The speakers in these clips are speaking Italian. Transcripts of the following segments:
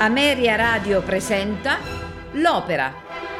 Ameria Radio presenta L'Opera.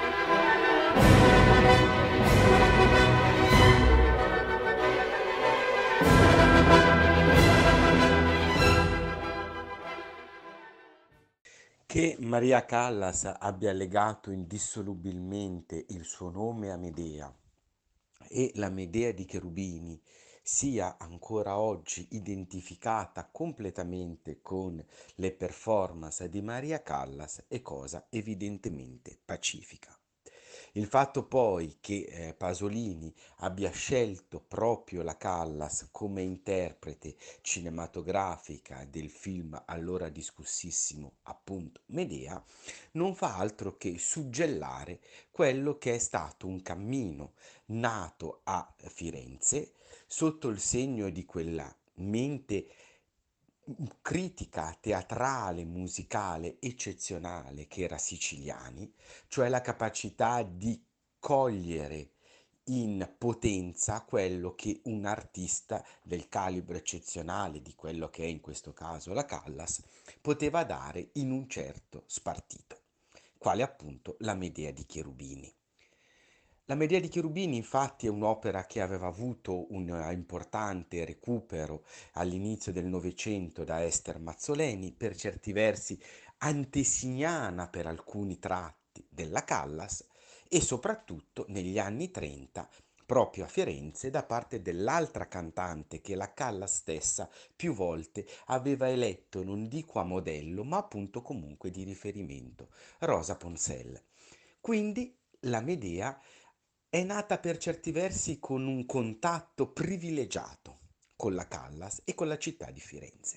Che Maria Callas abbia legato indissolubilmente il suo nome a Medea e la Medea di Cherubini sia ancora oggi identificata completamente con le performance di Maria Callas è cosa evidentemente pacifica. Il fatto poi che Pasolini abbia scelto proprio la Callas come interprete cinematografica del film allora discussissimo, appunto Medea, non fa altro che suggellare quello che è stato un cammino nato a Firenze sotto il segno di quella mente critica teatrale, musicale eccezionale che era Siciliani, cioè la capacità di cogliere in potenza quello che un artista del calibro eccezionale di quello che è in questo caso la Callas poteva dare in un certo spartito, quale appunto la Medea di Cherubini. La Medea di Cherubini infatti è un'opera che aveva avuto un importante recupero all'inizio del Novecento da Ester Mazzoleni, per certi versi antesignana per alcuni tratti della Callas e soprattutto negli anni 30 proprio a Firenze da parte dell'altra cantante che la Callas stessa più volte aveva eletto, non dico a modello, ma appunto comunque di riferimento, Rosa Ponselle. Quindi la Medea è nata per certi versi con un contatto privilegiato con la Callas e con la città di Firenze.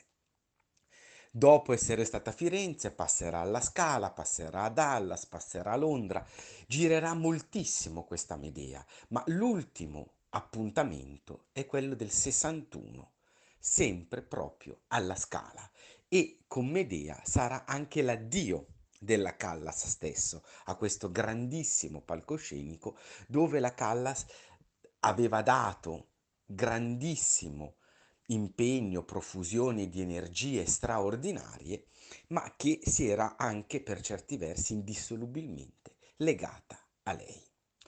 Dopo essere stata a Firenze passerà alla Scala, passerà a Dallas, passerà a Londra, girerà moltissimo questa Medea, ma l'ultimo appuntamento è quello del 61, sempre proprio alla Scala e con Medea sarà anche l'addio della Callas stesso a questo grandissimo palcoscenico dove la Callas aveva dato grandissimo impegno, profusione di energie straordinarie, ma che si era anche per certi versi indissolubilmente legata a lei.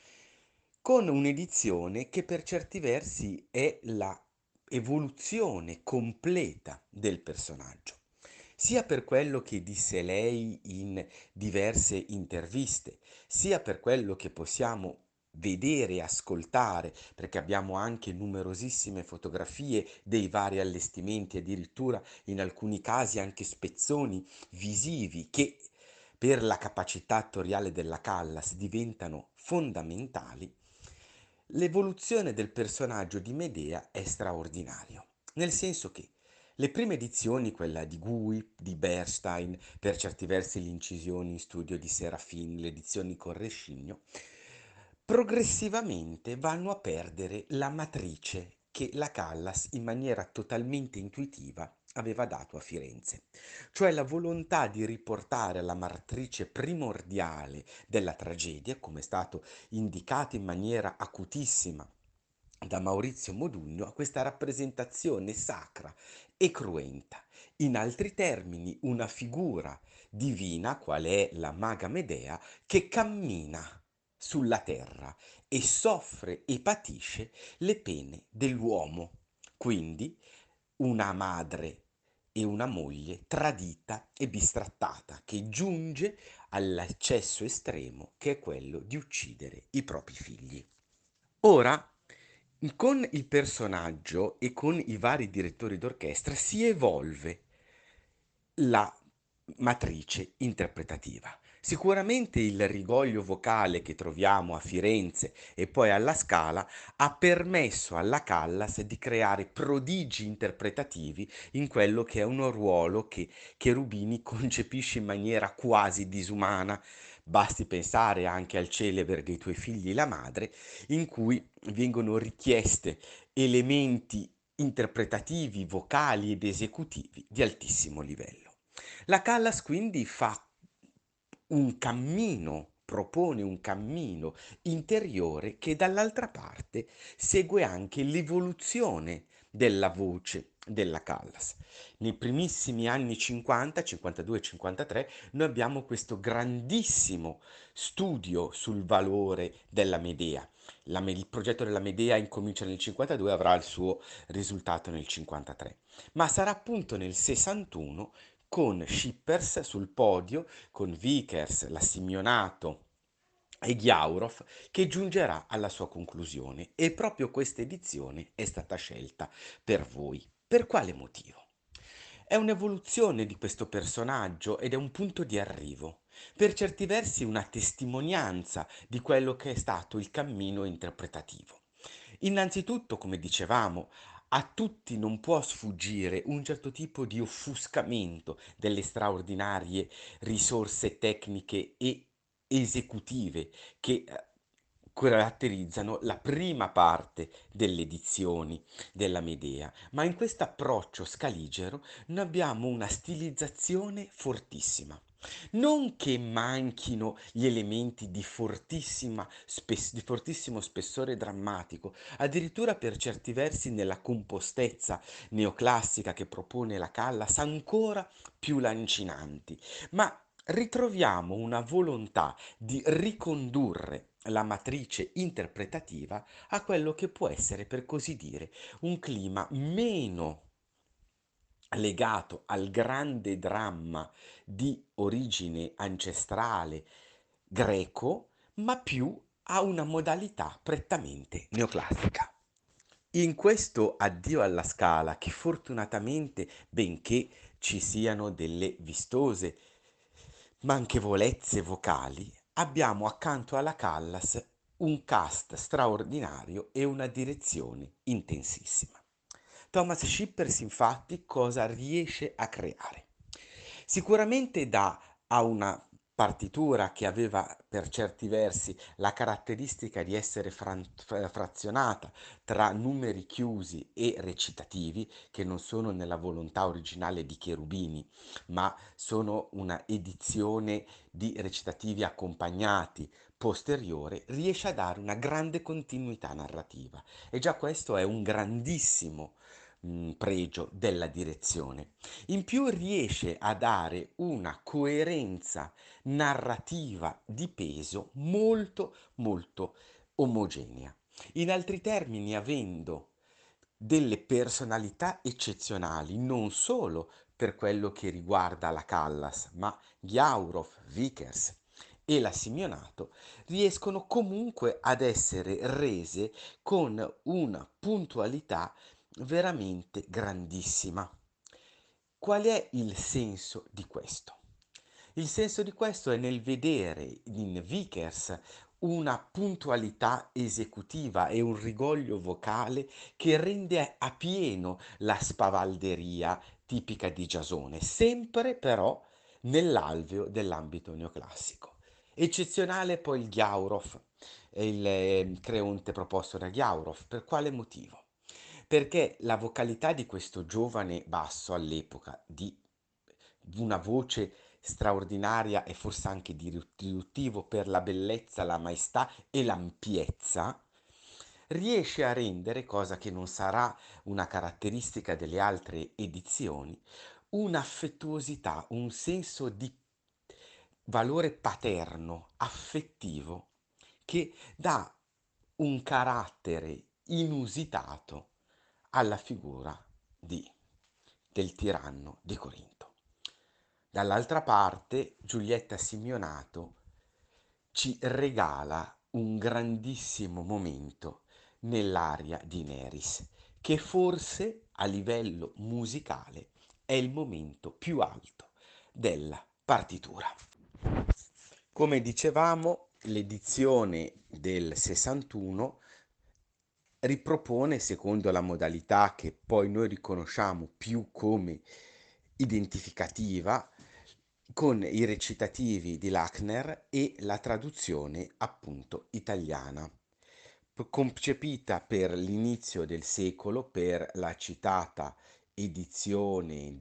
Con un'edizione che per certi versi è la evoluzione completa del personaggio, sia per quello che disse lei in diverse interviste, sia per quello che possiamo vedere e ascoltare, perché abbiamo anche numerosissime fotografie dei vari allestimenti, addirittura in alcuni casi anche spezzoni visivi che per la capacità attoriale della Callas diventano fondamentali. L'evoluzione del personaggio di Medea è straordinario, nel senso che le prime edizioni, quella di Gui, di Bernstein, per certi versi le incisioni in studio di Serafin, le edizioni con Rescigno, progressivamente vanno a perdere la matrice che la Callas in maniera totalmente intuitiva aveva dato a Firenze, cioè la volontà di riportare la matrice primordiale della tragedia, come è stato indicato in maniera acutissima da Maurizio Modugno, a questa rappresentazione sacra e cruenta. In altri termini, una figura divina, qual è la maga Medea, che cammina sulla terra e soffre e patisce le pene dell'uomo. Quindi una madre e una moglie tradita e bistrattata che giunge all'eccesso estremo che è quello di uccidere i propri figli. Ora, con il personaggio e con i vari direttori d'orchestra si evolve la matrice interpretativa. Sicuramente il rigoglio vocale che troviamo a Firenze e poi alla Scala ha permesso alla Callas di creare prodigi interpretativi in quello che è uno ruolo che Cherubini concepisce in maniera quasi disumana. Basti pensare anche al celebre dei tuoi figli la madre, in cui vengono richieste elementi interpretativi, vocali ed esecutivi di altissimo livello. La Callas quindi fa un cammino, propone un cammino interiore che dall'altra parte segue anche l'evoluzione della voce della Callas. Nei primissimi anni 50, 52 e 53, noi abbiamo questo grandissimo studio sul valore della Medea. Il progetto della Medea incomincia nel 52 e avrà il suo risultato nel 53, ma sarà appunto nel 61 con Schippers sul podio, con Vickers, la Simeonato e Ghiaurov, che giungerà alla sua conclusione, e proprio questa edizione è stata scelta per voi. Per quale motivo? È un'evoluzione di questo personaggio ed è un punto di arrivo, per certi versi una testimonianza di quello che è stato il cammino interpretativo. Innanzitutto, come dicevamo, a tutti non può sfuggire un certo tipo di offuscamento delle straordinarie risorse tecniche e esecutive che caratterizzano la prima parte delle edizioni della Medea, ma in questo approccio scaligero noi abbiamo una stilizzazione fortissima. Non che manchino gli elementi di fortissimo spessore drammatico, addirittura per certi versi nella compostezza neoclassica che propone la Callas ancora più lancinanti, ma ritroviamo una volontà di ricondurre la matrice interpretativa a quello che può essere, per così dire, un clima meno legato al grande dramma di origine ancestrale greco, ma più a una modalità prettamente neoclassica. In questo addio alla Scala, che fortunatamente, benché ci siano delle vistose manchevolezze vocali, abbiamo accanto alla Callas un cast straordinario e una direzione intensissima. Thomas Shippers infatti cosa riesce a creare? Sicuramente dà a una partitura che aveva per certi versi la caratteristica di essere frazionata tra numeri chiusi e recitativi, che non sono nella volontà originale di Cherubini, ma sono una edizione di recitativi accompagnati posteriore, riesce a dare una grande continuità narrativa, e già questo è un grandissimo pregio della direzione. In più riesce a dare una coerenza narrativa di peso molto molto omogenea. In altri termini, avendo delle personalità eccezionali, non solo per quello che riguarda la Callas, ma Ghiaurov, Vickers e la Simeonato, riescono comunque ad essere rese con una puntualità veramente grandissima. Qual è il senso di questo? Il senso di questo è nel vedere in Vickers una puntualità esecutiva e un rigoglio vocale che rende a pieno la spavalderia tipica di Giasone, sempre però nell'alveo dell'ambito neoclassico. Eccezionale poi il Ghiaurov, il creonte proposto da Ghiaurov. Per quale motivo? Perché la vocalità di questo giovane basso all'epoca, di una voce straordinaria e forse anche riduttivo per la bellezza, la maestà e l'ampiezza, riesce a rendere, cosa che non sarà una caratteristica delle altre edizioni, un'affettuosità, un senso di valore paterno, affettivo, che dà un carattere inusitato alla figura di, del tiranno di Corinto. Dall'altra parte, Giulietta Simeonato ci regala un grandissimo momento nell'aria di Neris, che forse a livello musicale è il momento più alto della partitura. Come dicevamo, l'edizione del 61 ripropone, secondo la modalità che poi noi riconosciamo più come identificativa, con i recitativi di Lachner e la traduzione appunto italiana, concepita per l'inizio del secolo per la citata edizione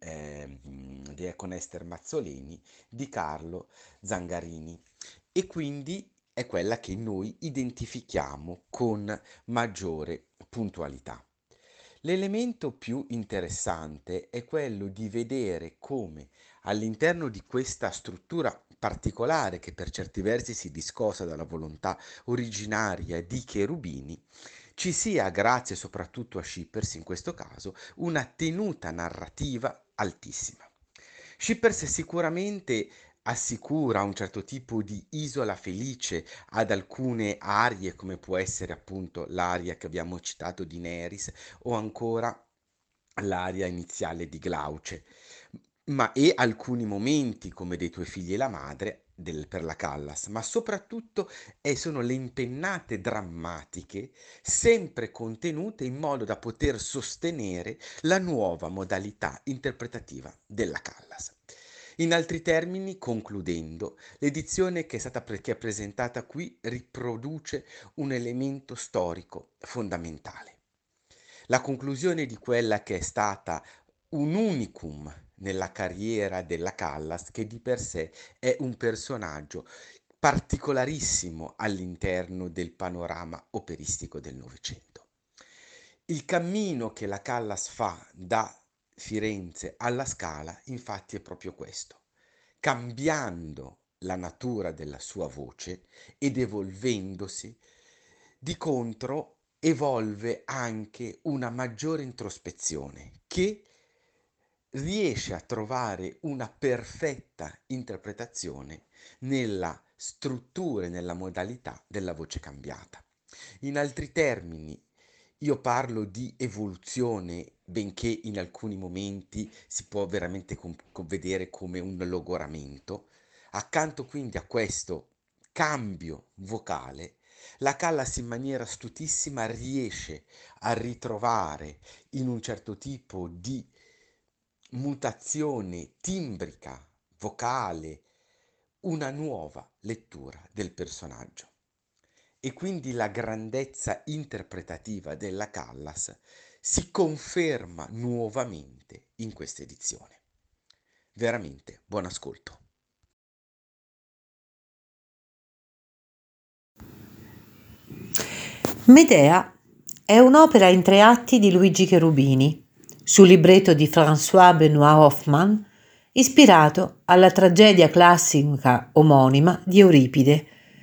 con Ester Mazzoleni di Carlo Zangarini, e quindi è quella che noi identifichiamo con maggiore puntualità. L'elemento più interessante è quello di vedere come all'interno di questa struttura particolare, che per certi versi si discosta dalla volontà originaria di Cherubini, ci sia, grazie soprattutto a Schippers in questo caso, una tenuta narrativa altissima. Schippers sicuramente assicura un certo tipo di isola felice ad alcune arie, come può essere appunto l'aria che abbiamo citato di Neris o ancora l'aria iniziale di Glauce, ma e alcuni momenti come dei tuoi figli e la madre per la Callas, ma soprattutto sono le impennate drammatiche sempre contenute in modo da poter sostenere la nuova modalità interpretativa della Callas. In altri termini, concludendo, l'edizione che è presentata qui riproduce un elemento storico fondamentale. La conclusione di quella che è stata un unicum nella carriera della Callas, che di per sé è un personaggio particolarissimo all'interno del panorama operistico del Novecento. Il cammino che la Callas fa da Firenze alla Scala, infatti, è proprio questo, cambiando la natura della sua voce ed evolvendosi, di contro evolve anche una maggiore introspezione che riesce a trovare una perfetta interpretazione nella struttura e nella modalità della voce cambiata. In altri termini, io parlo di evoluzione, benché in alcuni momenti si può veramente vedere come un logoramento. Accanto quindi a questo cambio vocale, la Callas in maniera astutissima riesce a ritrovare in un certo tipo di mutazione timbrica, vocale, una nuova lettura del personaggio. E quindi la grandezza interpretativa della Callas si conferma nuovamente in questa edizione. Veramente buon ascolto. Medea è un'opera in 3 atti di Luigi Cherubini, su libretto di François Benoît Hoffmann, ispirato alla tragedia classica omonima di Euripide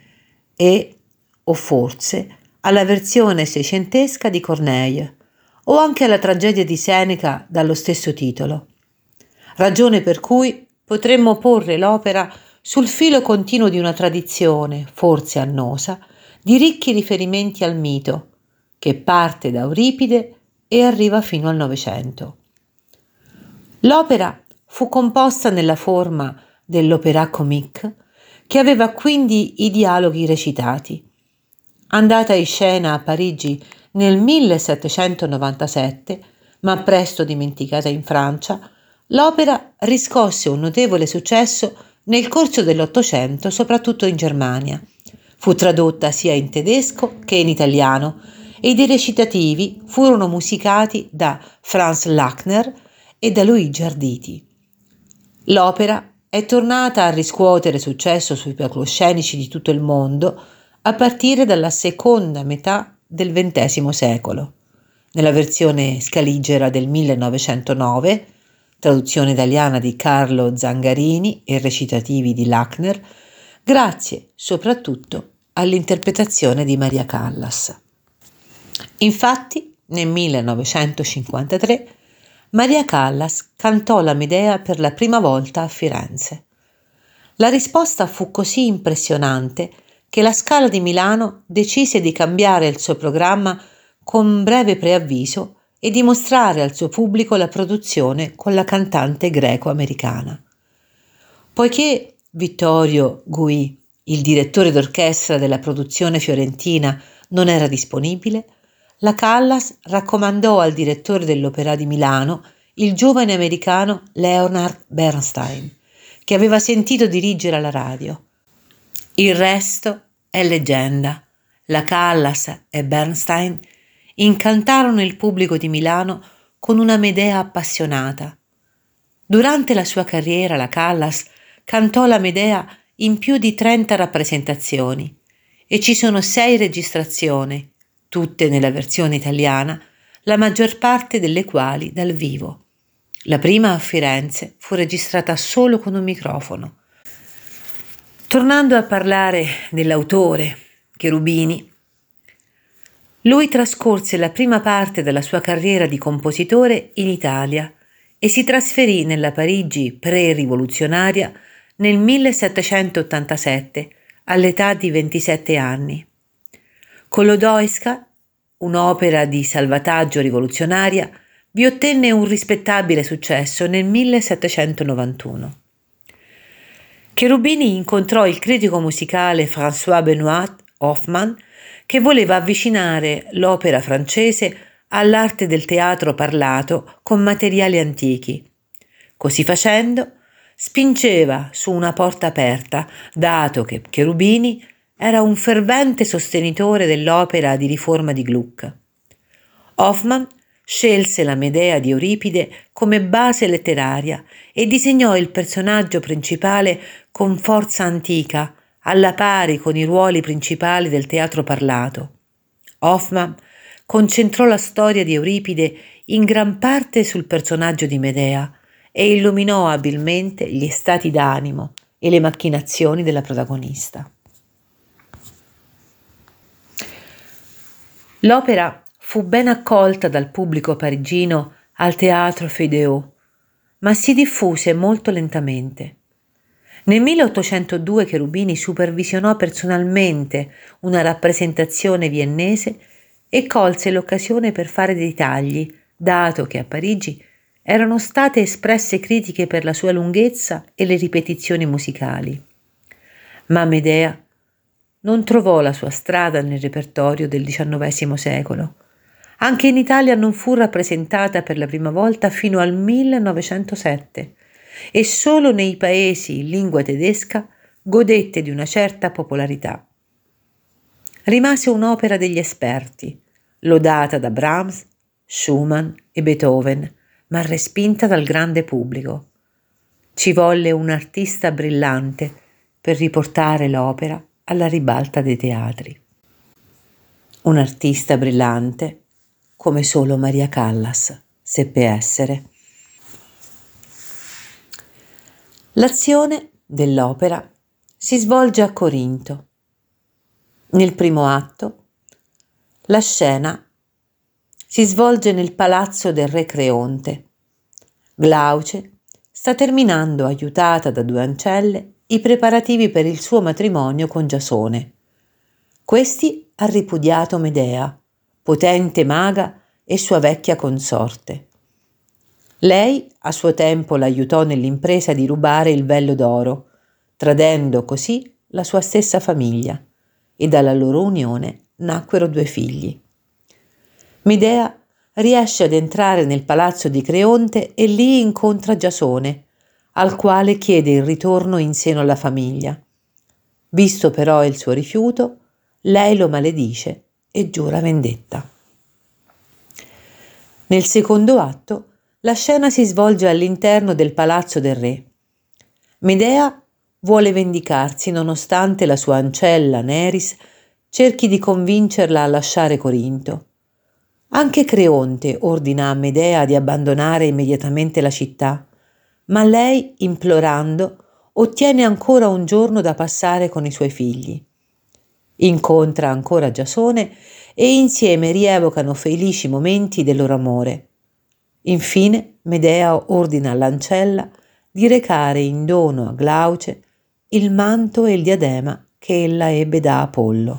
o forse alla versione seicentesca di Corneille, o anche alla tragedia di Seneca dallo stesso titolo. Ragione per cui potremmo porre l'opera sul filo continuo di una tradizione, forse annosa, di ricchi riferimenti al mito, che parte da Euripide e arriva fino al Novecento. L'opera fu composta nella forma dell'opéra comique, che aveva quindi i dialoghi recitati. Andata in scena a Parigi nel 1797, ma presto dimenticata in Francia, l'opera riscosse un notevole successo nel corso dell'Ottocento, soprattutto in Germania. Fu tradotta sia in tedesco che in italiano ed i recitativi furono musicati da Franz Lachner e da Luigi Arditi. L'opera è tornata a riscuotere successo sui palcoscenici di tutto il mondo a partire dalla seconda metà del XX secolo. Nella versione scaligera del 1909, traduzione italiana di Carlo Zangarini e recitativi di Lachner, grazie soprattutto all'interpretazione di Maria Callas. Infatti, nel 1953, Maria Callas cantò la Medea per la prima volta a Firenze. La risposta fu così impressionante che la Scala di Milano decise di cambiare il suo programma con breve preavviso e di mostrare al suo pubblico la produzione con la cantante greco-americana. Poiché Vittorio Gui, il direttore d'orchestra della produzione fiorentina, non era disponibile, la Callas raccomandò al direttore dell'Opera di Milano il giovane americano Leonard Bernstein, che aveva sentito dirigere alla radio. Il resto è leggenda. La Callas e Bernstein incantarono il pubblico di Milano con una Medea appassionata. Durante la sua carriera la Callas cantò la Medea in più di 30 rappresentazioni e ci sono 6 registrazioni, tutte nella versione italiana, la maggior parte delle quali dal vivo. La prima a Firenze fu registrata solo con un microfono. Tornando a parlare dell'autore, Cherubini, lui trascorse la prima parte della sua carriera di compositore in Italia e si trasferì nella Parigi pre-rivoluzionaria nel 1787 all'età di 27 anni. Kolodziejska, un'opera di salvataggio rivoluzionaria, vi ottenne un rispettabile successo nel 1791. Cherubini incontrò il critico musicale François-Benoît Hoffmann, che voleva avvicinare l'opera francese all'arte del teatro parlato con materiali antichi. Così facendo, spingeva su una porta aperta, dato che Cherubini era un fervente sostenitore dell'opera di riforma di Gluck. Hoffmann scelse la Medea di Euripide come base letteraria e disegnò il personaggio principale con forza antica, alla pari con i ruoli principali del teatro parlato. Hoffmann concentrò la storia di Euripide in gran parte sul personaggio di Medea e illuminò abilmente gli stati d'animo e le macchinazioni della protagonista. L'opera fu ben accolta dal pubblico parigino al Théâtre Feydeau, ma si diffuse molto lentamente. Nel 1802 Cherubini supervisionò personalmente una rappresentazione viennese e colse l'occasione per fare dei tagli, dato che a Parigi erano state espresse critiche per la sua lunghezza e le ripetizioni musicali. Ma Medea non trovò la sua strada nel repertorio del XIX secolo. Anche in Italia non fu rappresentata per la prima volta fino al 1907 e solo nei paesi in lingua tedesca godette di una certa popolarità. Rimase un'opera degli esperti, lodata da Brahms, Schumann e Beethoven, ma respinta dal grande pubblico. Ci volle un artista brillante per riportare l'opera alla ribalta dei teatri. Un artista brillante come solo Maria Callas seppe essere. L'azione dell'opera si svolge a Corinto. Nel primo atto, la scena si svolge nel palazzo del re Creonte. Glauce sta terminando, aiutata da due ancelle, i preparativi per il suo matrimonio con Giasone. Questi ha ripudiato Medea, potente maga e sua vecchia consorte. Lei a suo tempo l'aiutò nell'impresa di rubare il vello d'oro, tradendo così la sua stessa famiglia, e dalla loro unione nacquero due figli. Medea riesce ad entrare nel palazzo di Creonte e lì incontra Giasone, al quale chiede il ritorno in seno alla famiglia. Visto però il suo rifiuto, lei lo maledice e giura vendetta. Nel secondo atto, la scena si svolge all'interno del palazzo del re. Medea vuole vendicarsi nonostante la sua ancella Neris cerchi di convincerla a lasciare Corinto. Anche Creonte ordina a Medea di abbandonare immediatamente la città, ma lei, implorando, ottiene ancora un giorno da passare con i suoi figli. Incontra ancora Giasone e insieme rievocano felici momenti del loro amore. Infine Medea ordina all'ancella di recare in dono a Glauce il manto e il diadema che ella ebbe da Apollo.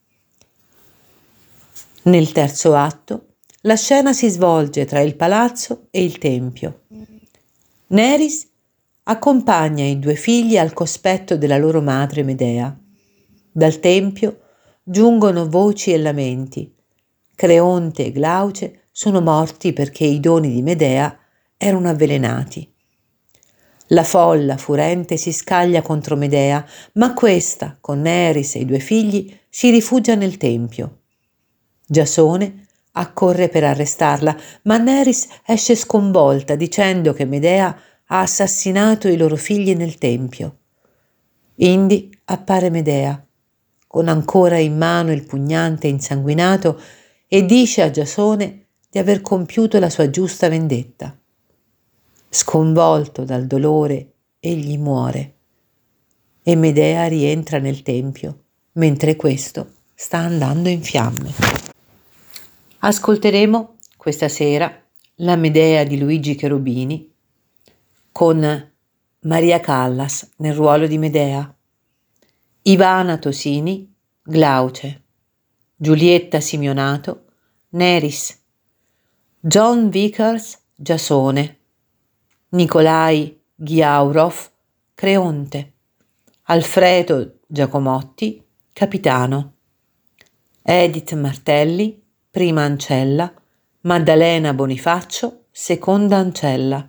Nel terzo atto la scena si svolge tra il palazzo e il tempio. Neris accompagna i due figli al cospetto della loro madre Medea. Dal tempio giungono voci e lamenti. Creonte e Glauce sono morti perché i doni di Medea erano avvelenati. La folla furente si scaglia contro Medea, ma questa, con Neris e i due figli, si rifugia nel tempio. Giasone accorre per arrestarla, ma Neris esce sconvolta dicendo che Medea ha assassinato i loro figli nel tempio. Indi appare Medea, con ancora in mano il pugnante insanguinato, e dice a Giasone di aver compiuto la sua giusta vendetta. Sconvolto dal dolore, egli muore e Medea rientra nel tempio, mentre questo sta andando in fiamme. Ascolteremo questa sera la Medea di Luigi Cherubini con Maria Callas nel ruolo di Medea, Ivana Tosini, Glauce, Giulietta Simeonato, Neris, John Vickers, Giasone, Nikolai Ghiaurov, Creonte, Alfredo Giacomotti, Capitano, Edith Martelli, prima ancella, Maddalena Bonifacio, seconda ancella.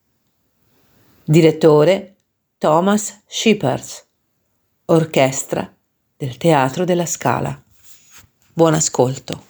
Direttore Thomas Shippers, orchestra del Teatro della Scala. Buon ascolto.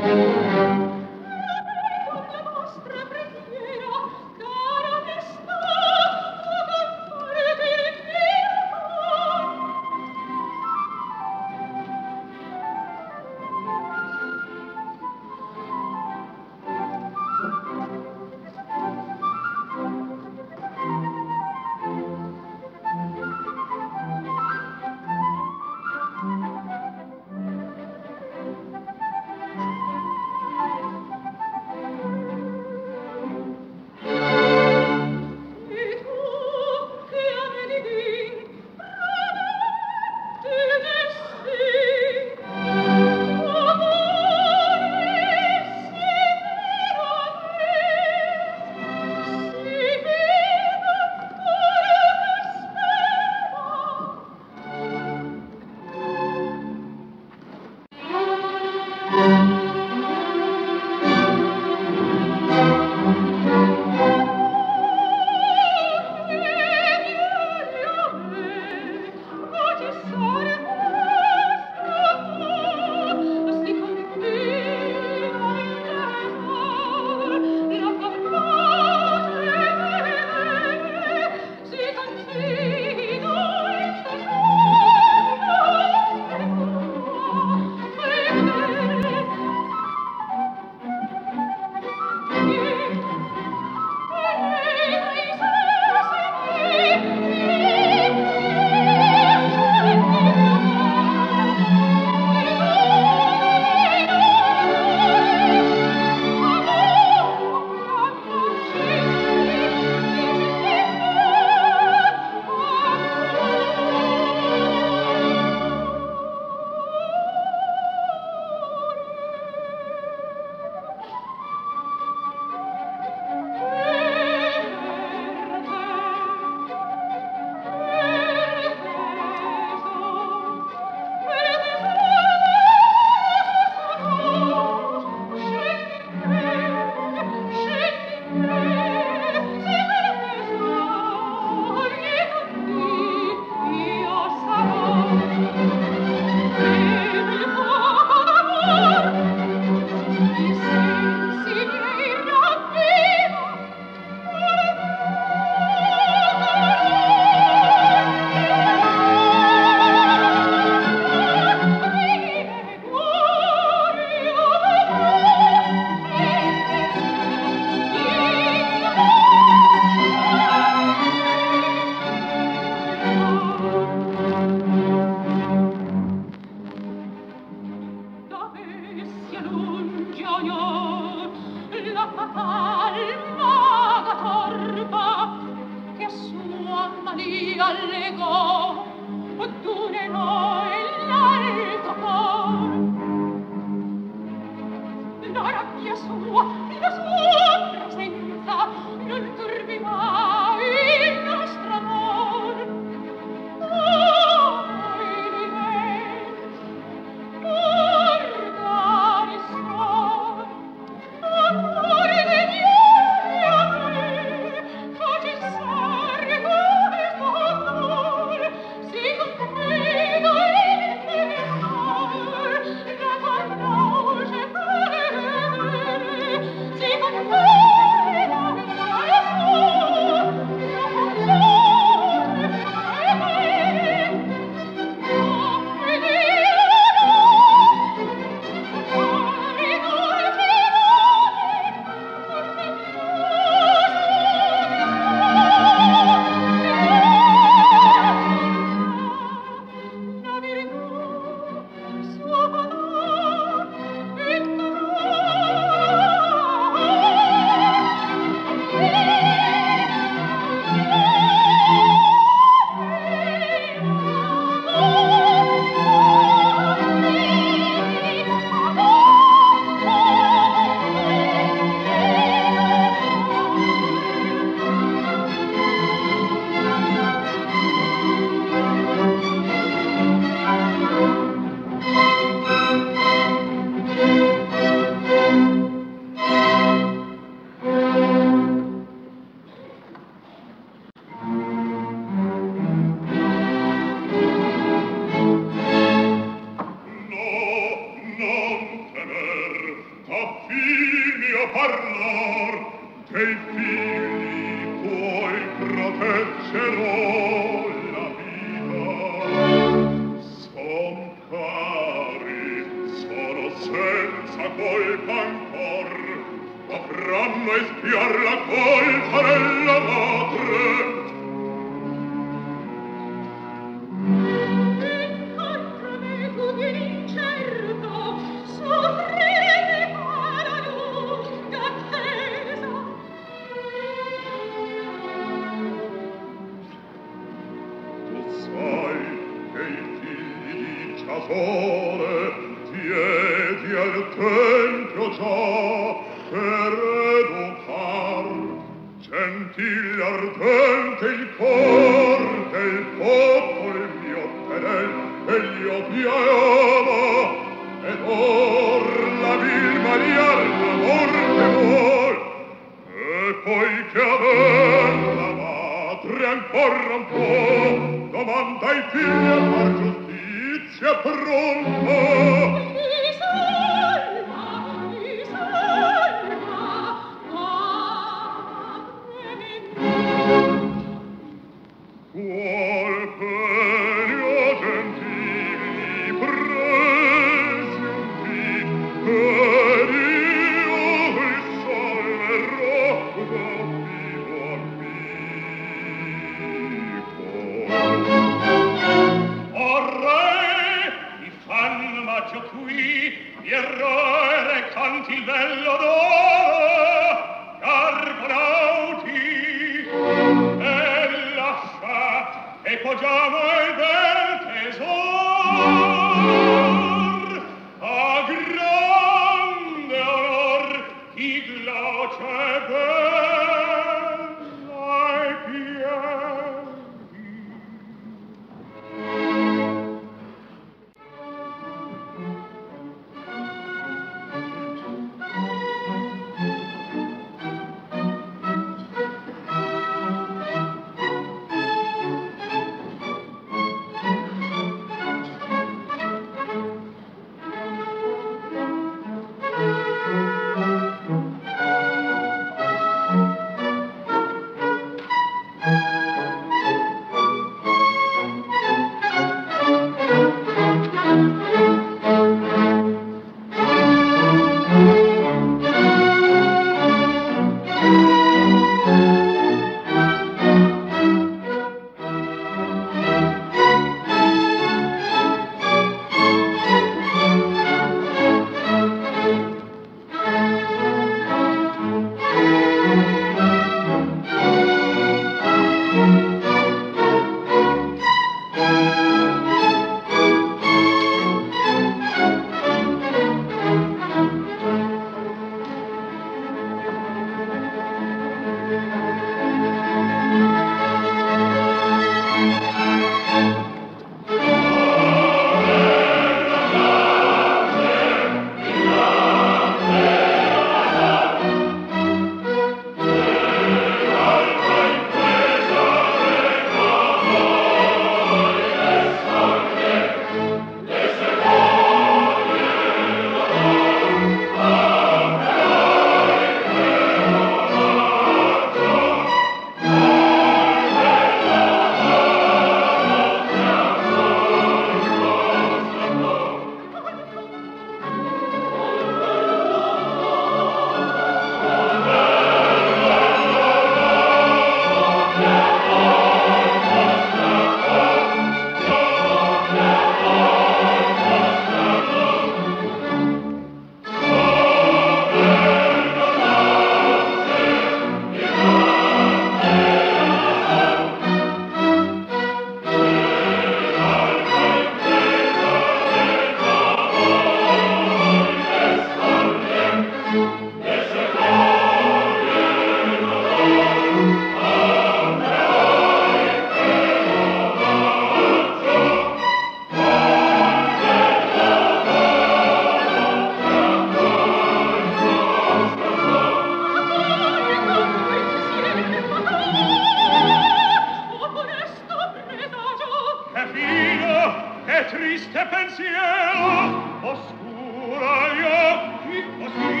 che fino, che triste pensiero, oscura gli occhi così.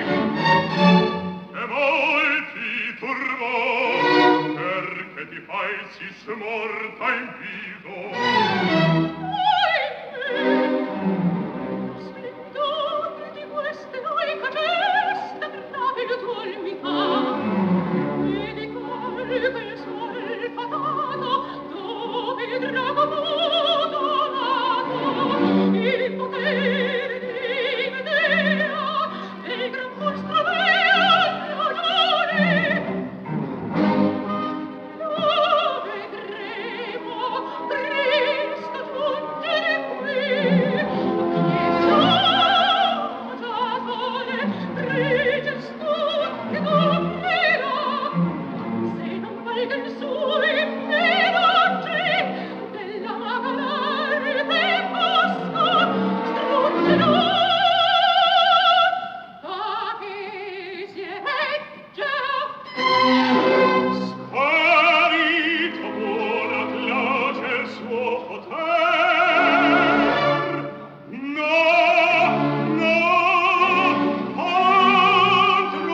E molti turbò, perché ti fai sì smorta in viso. Splendore di queste noiche gesta, gravido tuol mi fa, e di quel sol fatato, dove il drago muto nato, il potere di Medea, e il gran mostro vero ragione. Lo vedremo presto giungere qui, che già sole regia stucche dormirà, se non valgan sui feroci della maga l'arte fosca struggerà. A che si regge sparito buona place il suo poter. No, altro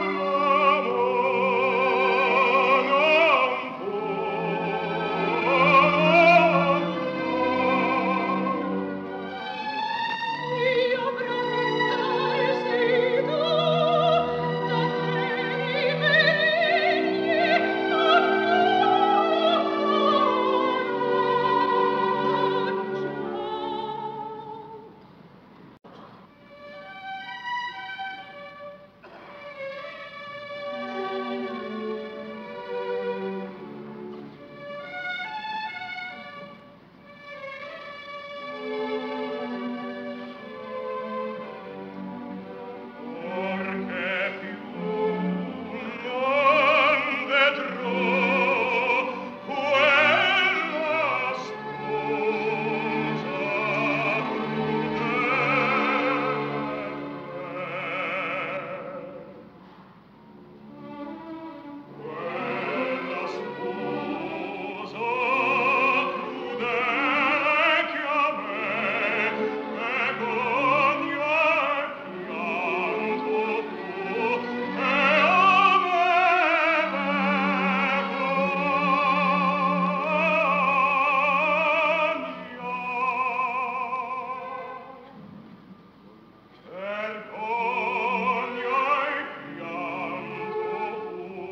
io premettai sei tu, da te Perché più non vedrò quella sposa crudele che a me vergogna e pianto fu, e a me vergogna e pianto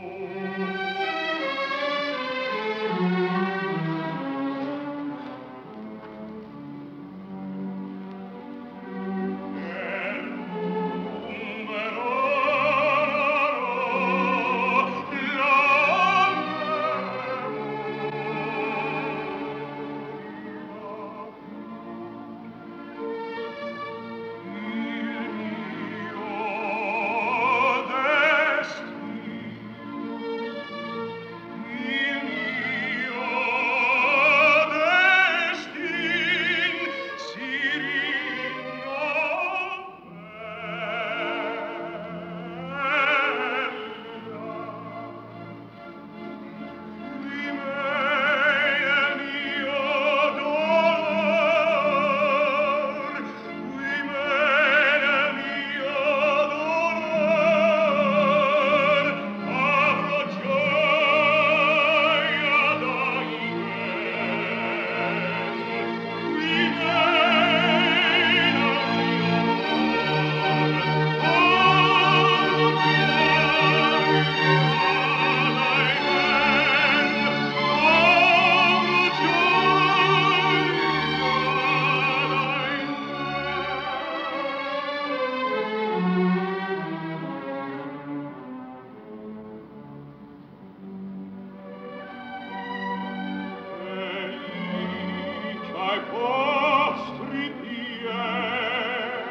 ai vostri piedi,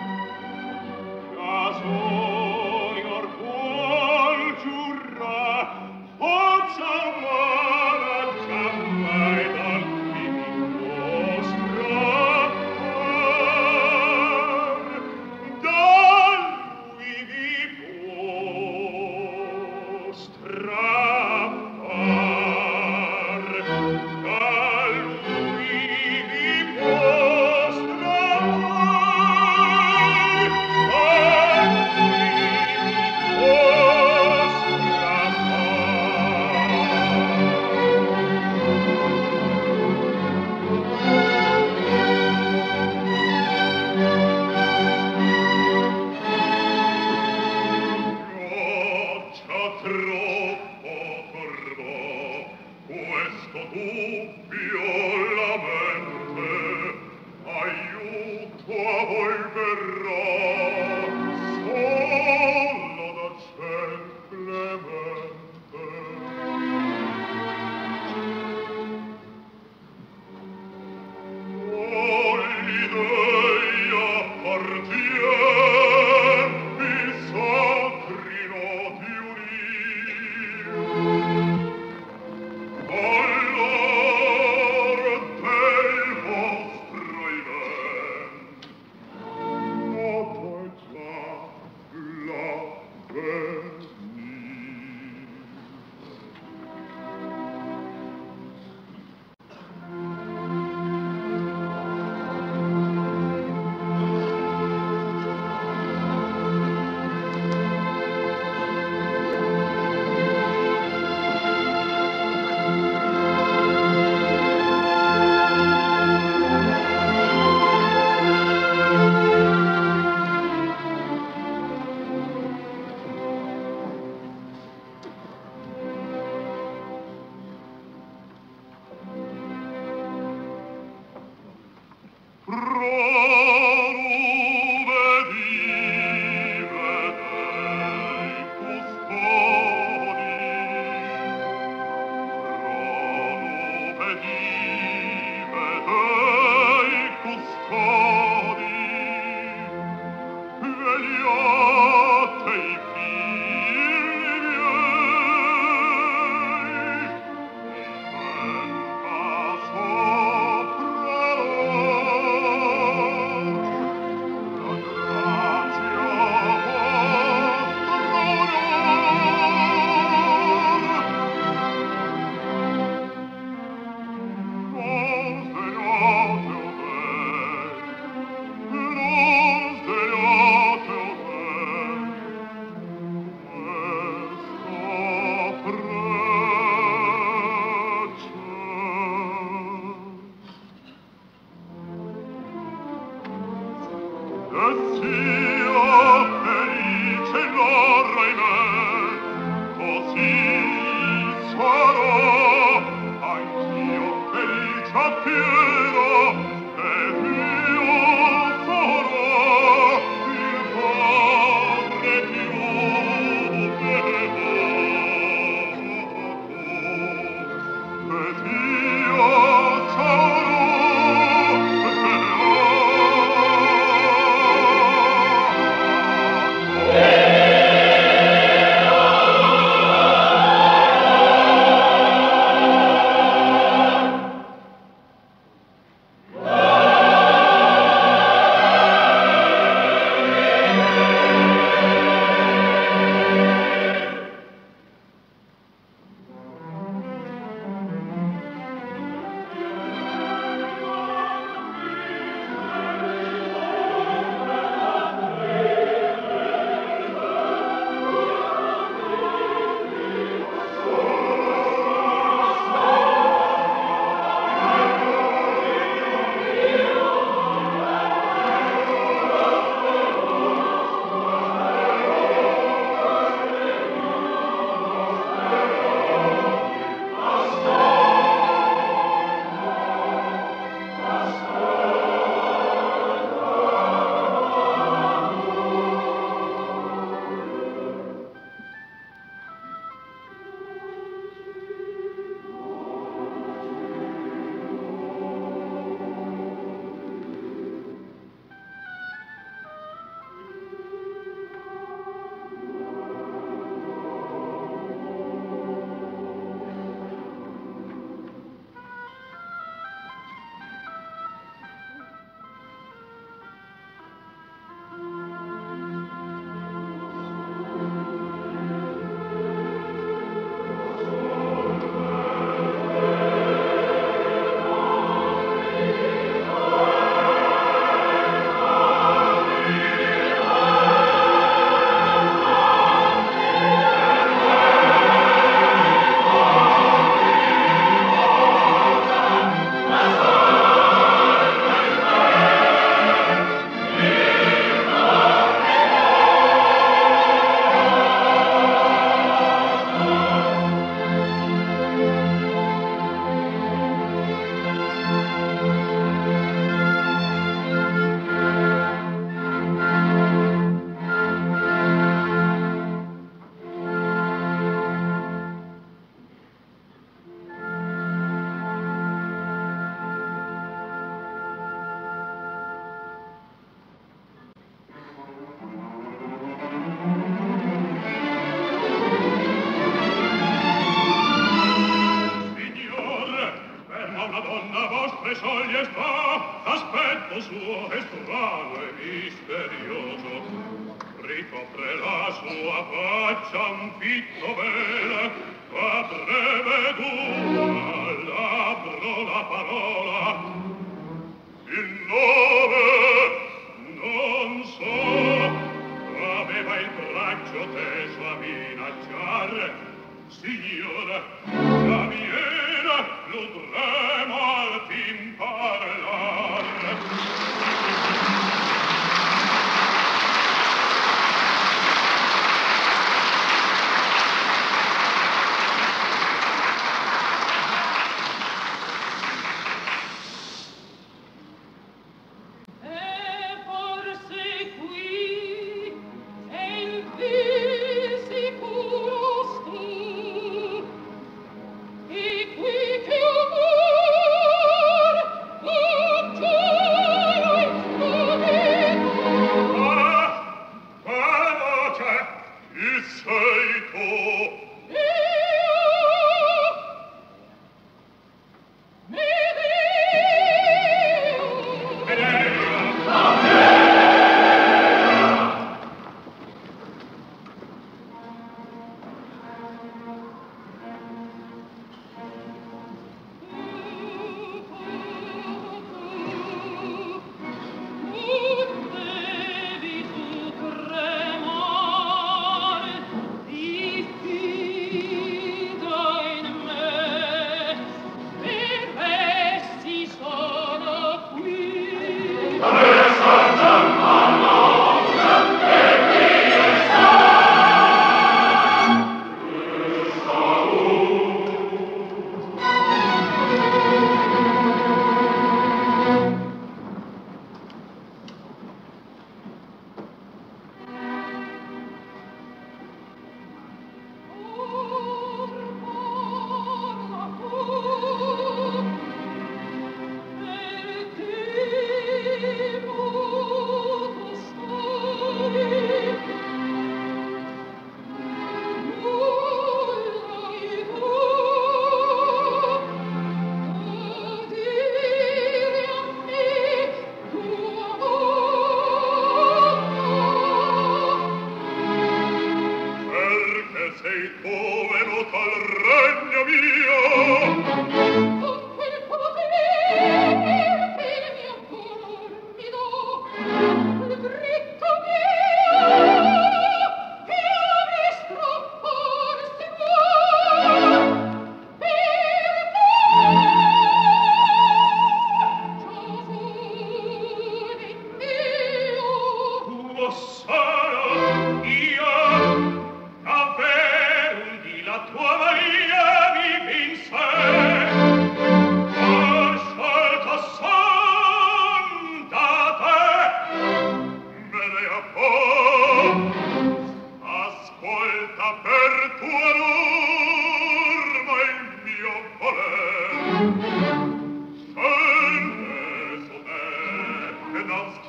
casoni or qual giurrà, forza umana giammai dal qui mi mostrare, da lui vi può strappar, da lui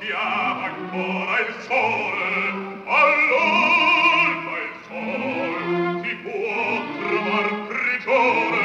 chiama ancora il sole, all'alba il sol si può trovar prigione.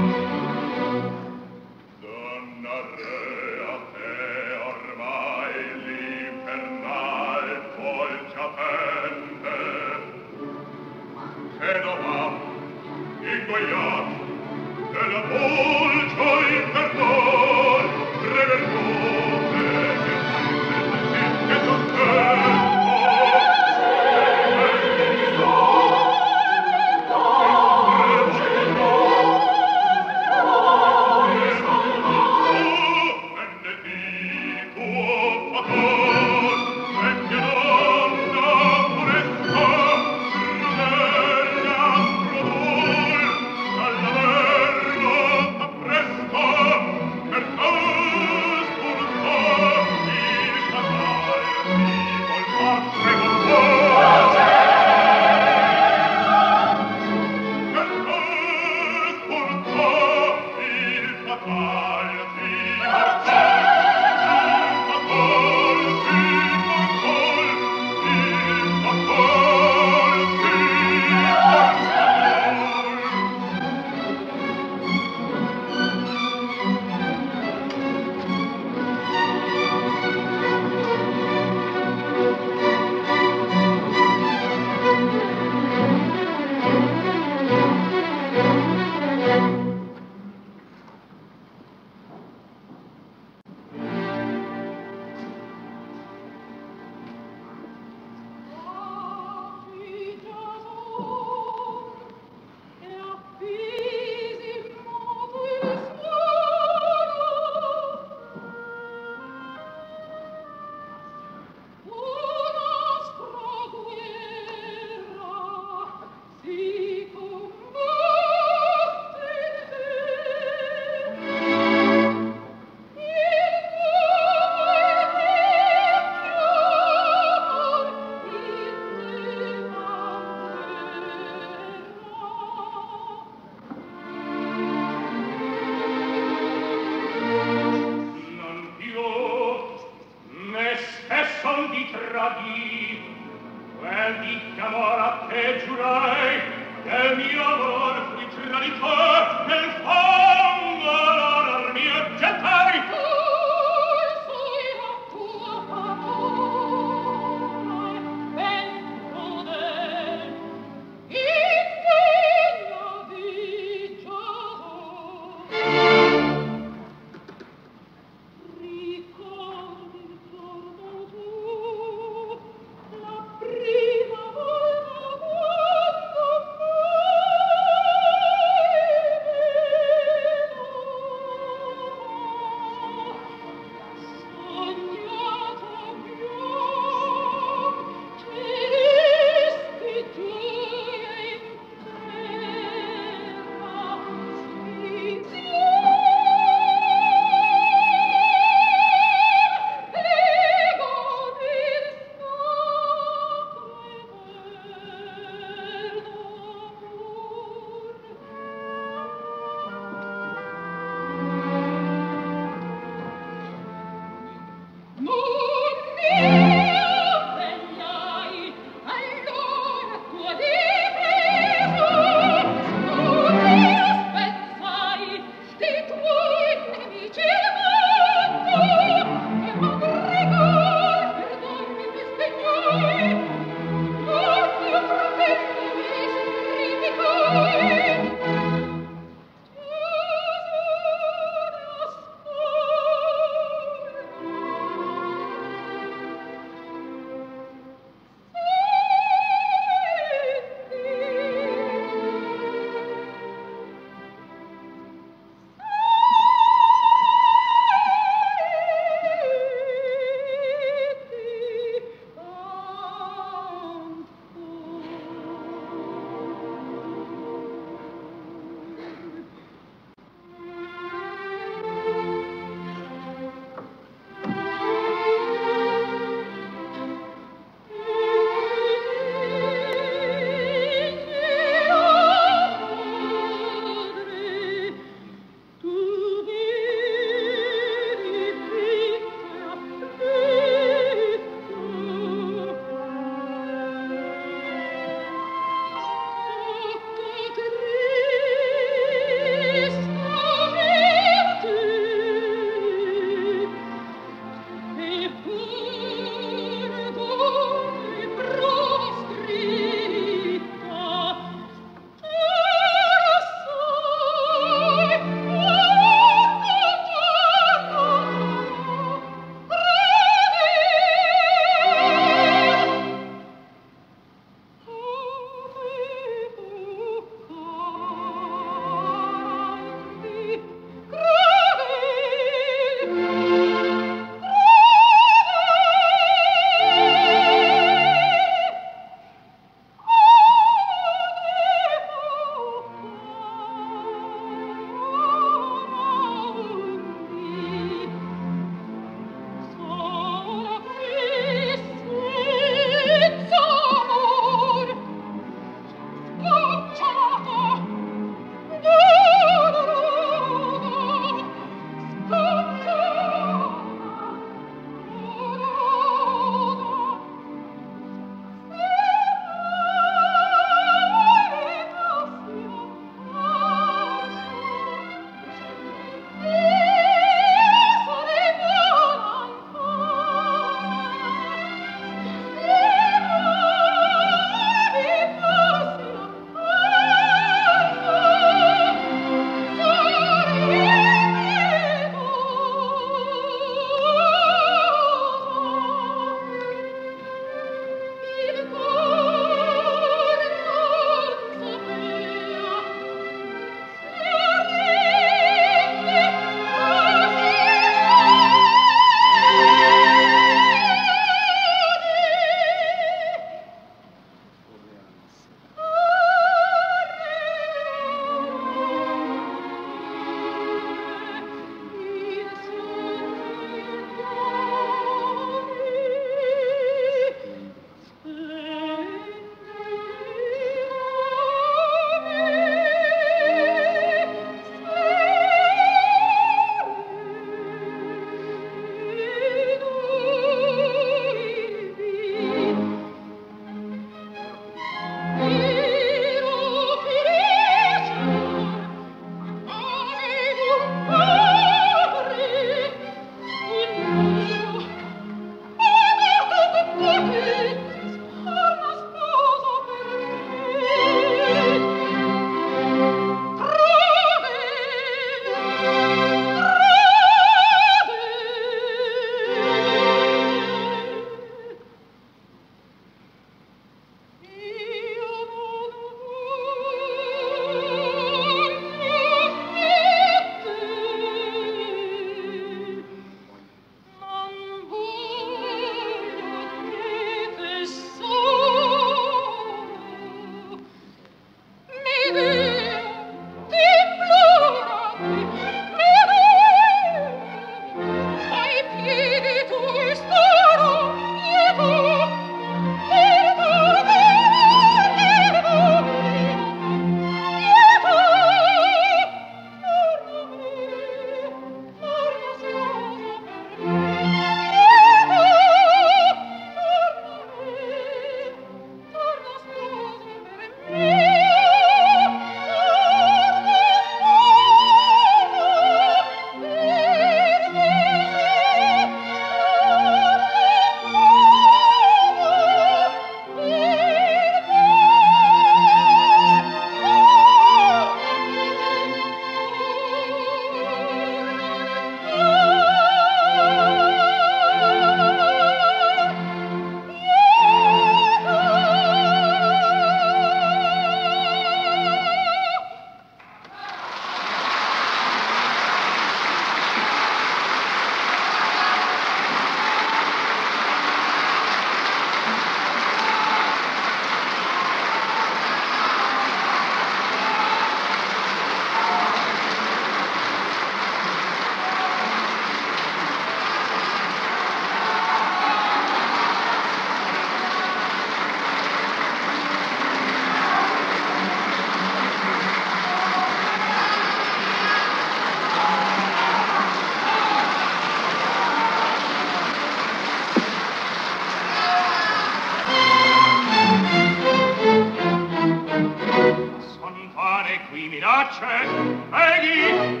pace, preghi,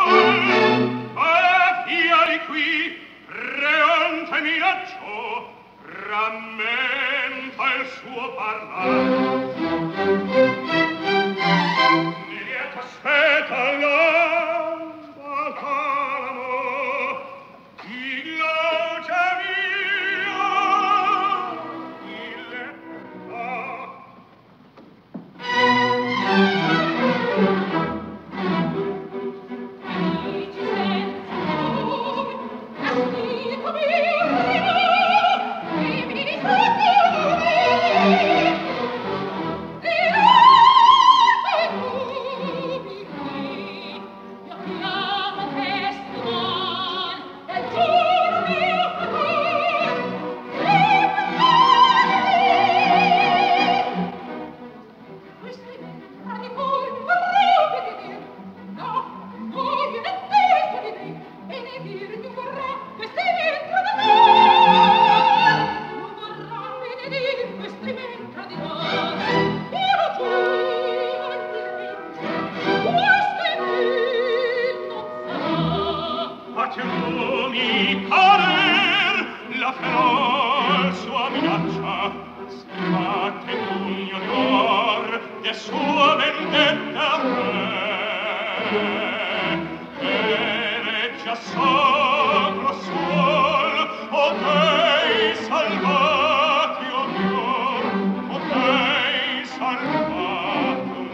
via di qui, reonte minaccio, rammenta il suo parlare. Mi lieto aspetta l'alba calamo, di gloria mia, mi parer la feroz sua minaccia sbatte pugno d'or e sua vendetta e reggia sacro suol o dei salvati o Dio o dei salvati o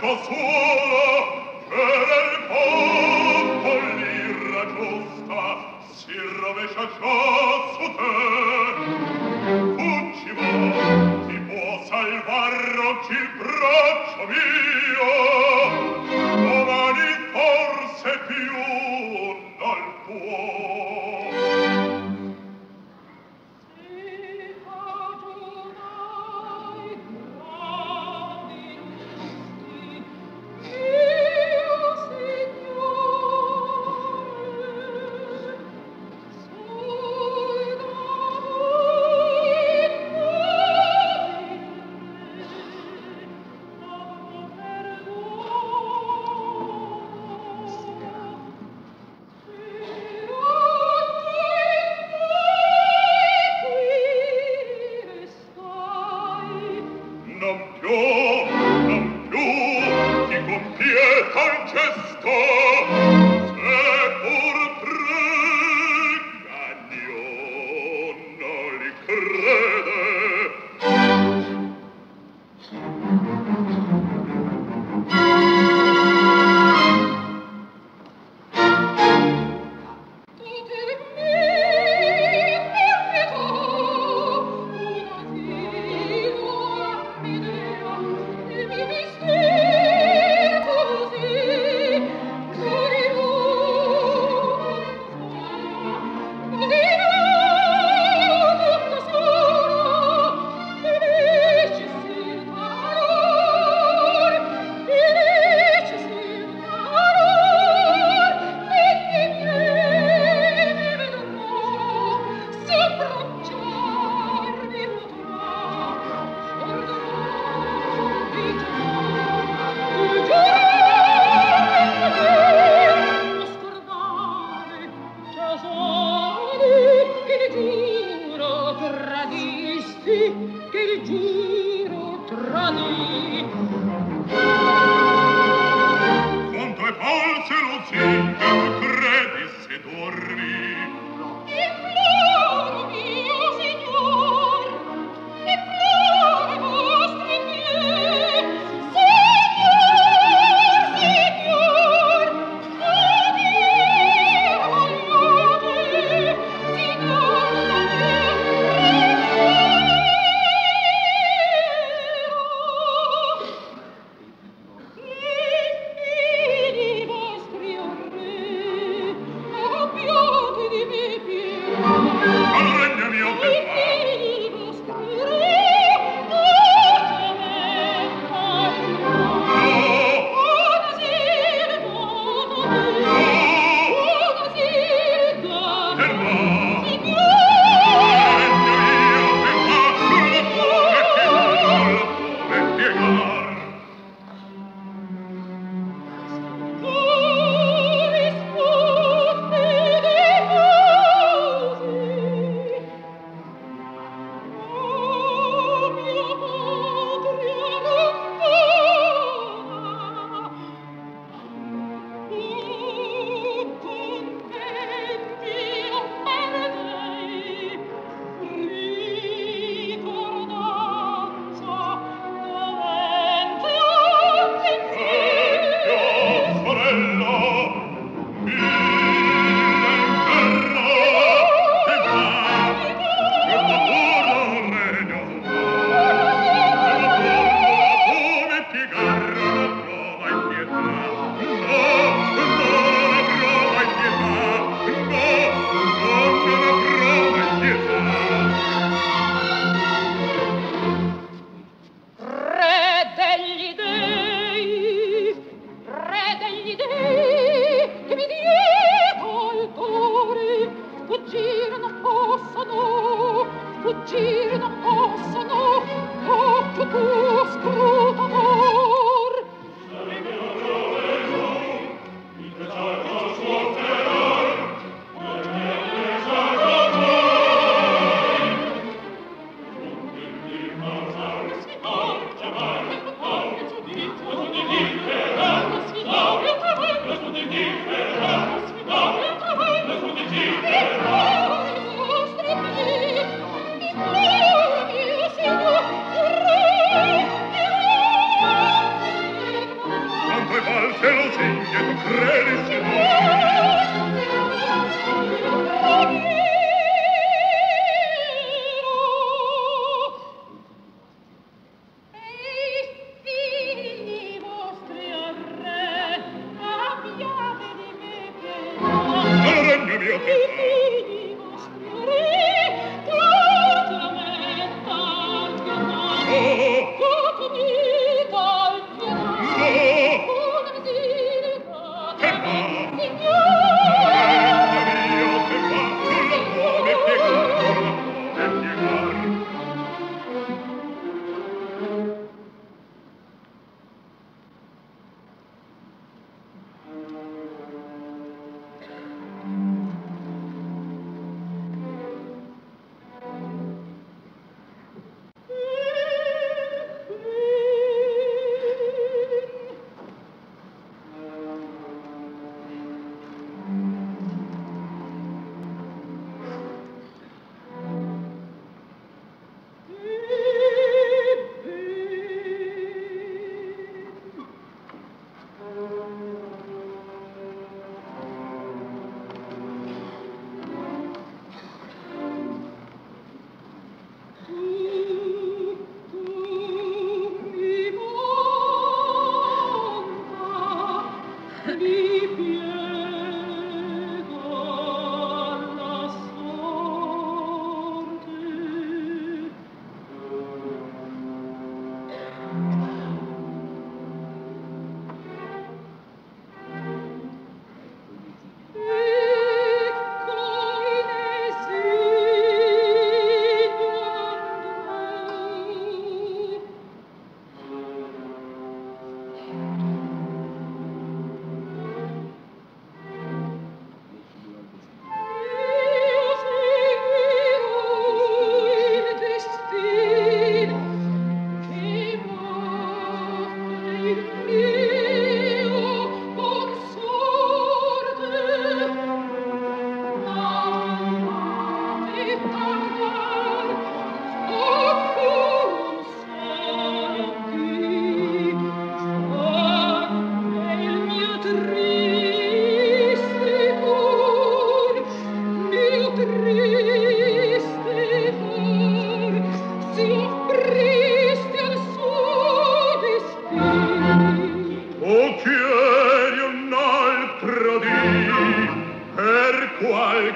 ecco solo per il popolo l'irra giusta si rovescia già su te. Fuggi va, ti può salvar oggi il braccio mio, domani forse più non può. Io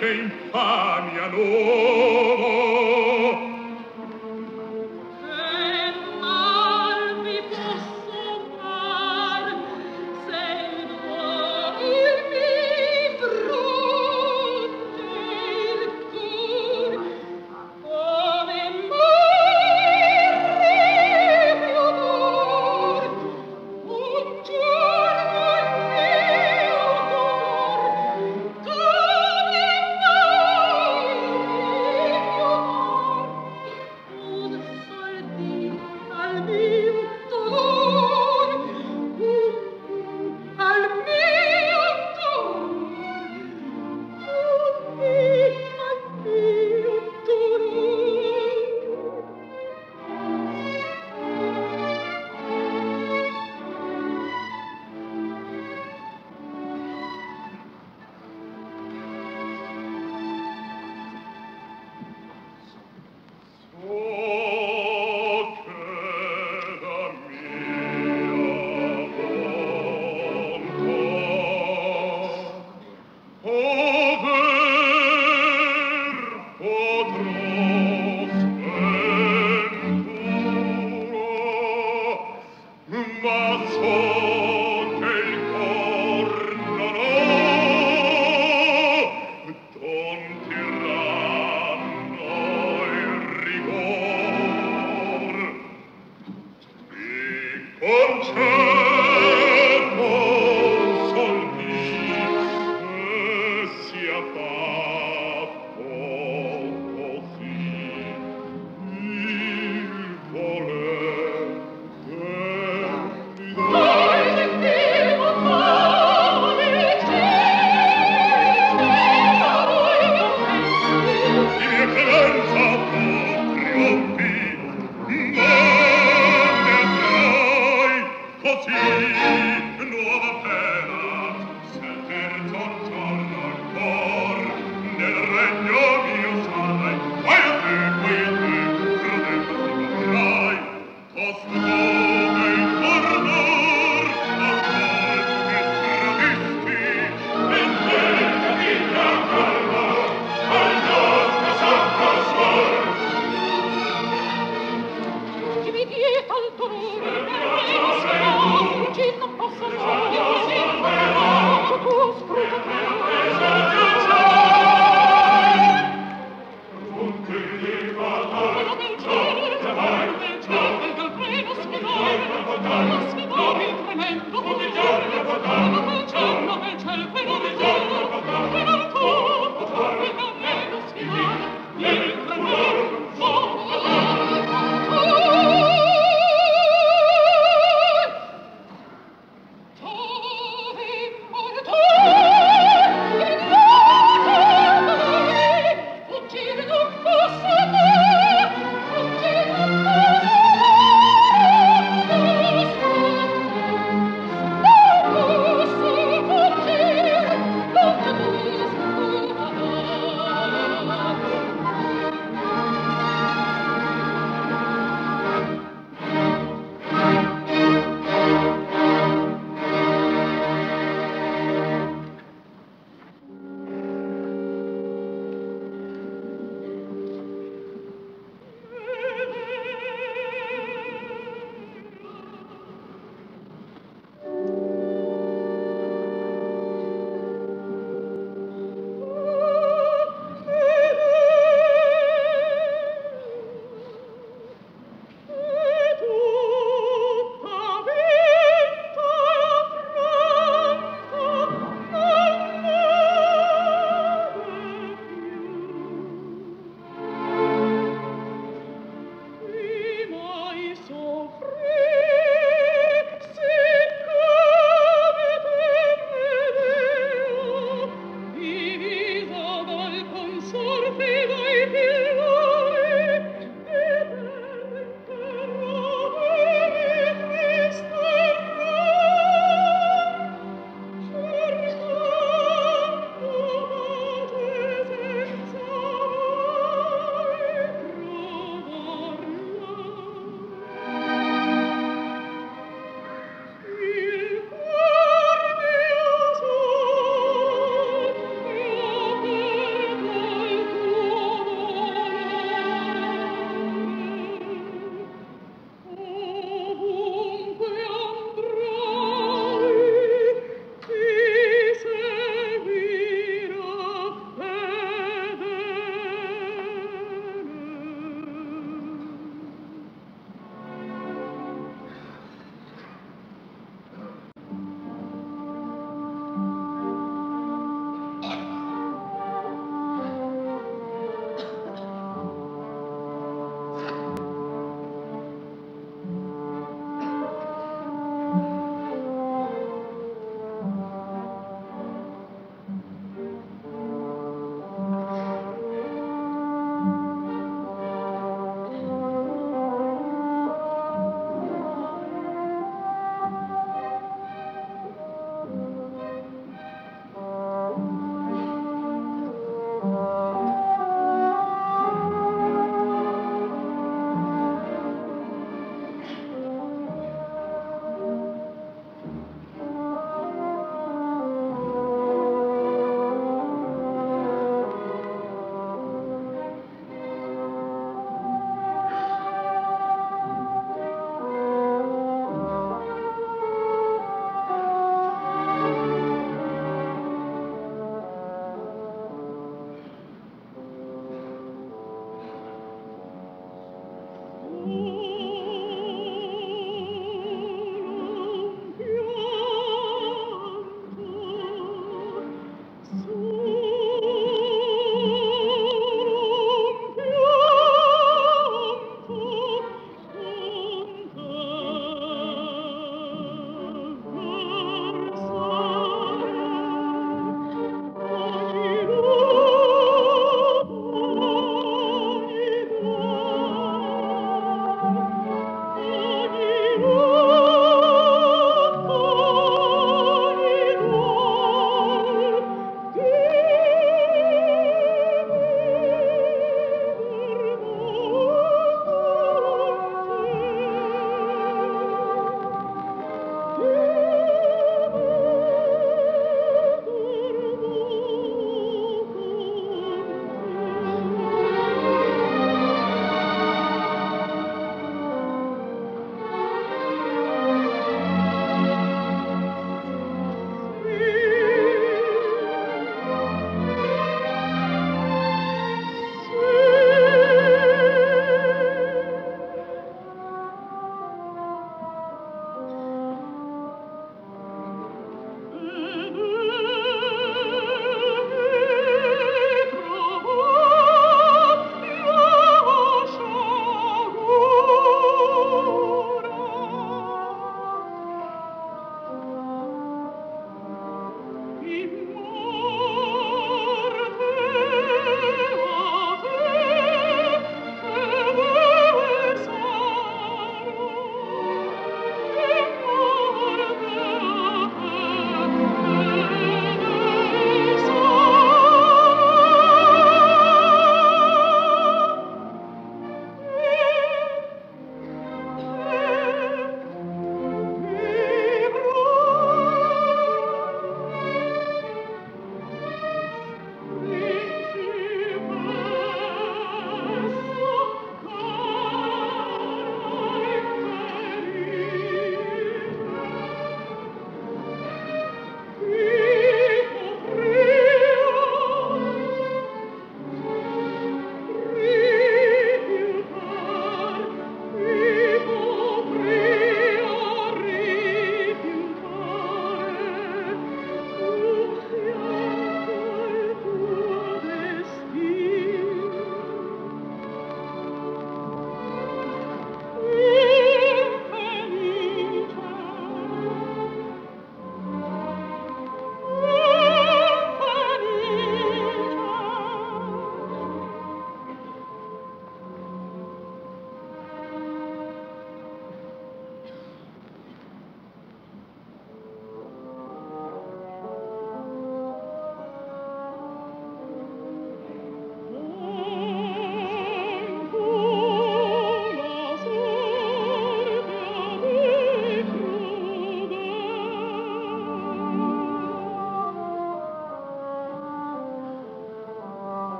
che infamia nuovo. Che mal mi posso far se il cuore mi frugge il cor, come morre mio amor, un giorno il mio cor, come morre mio amor, un sol dì al mio dolor, al mio dolor, al mio dolor. So che la mia volontà over potrò sventura, ma so che il cor non ho don tiranno il rigor. Mi concedo sol mio che sia fatto così il voler del Sentivo come di mia clemenza tu trionfi, ma ne avrai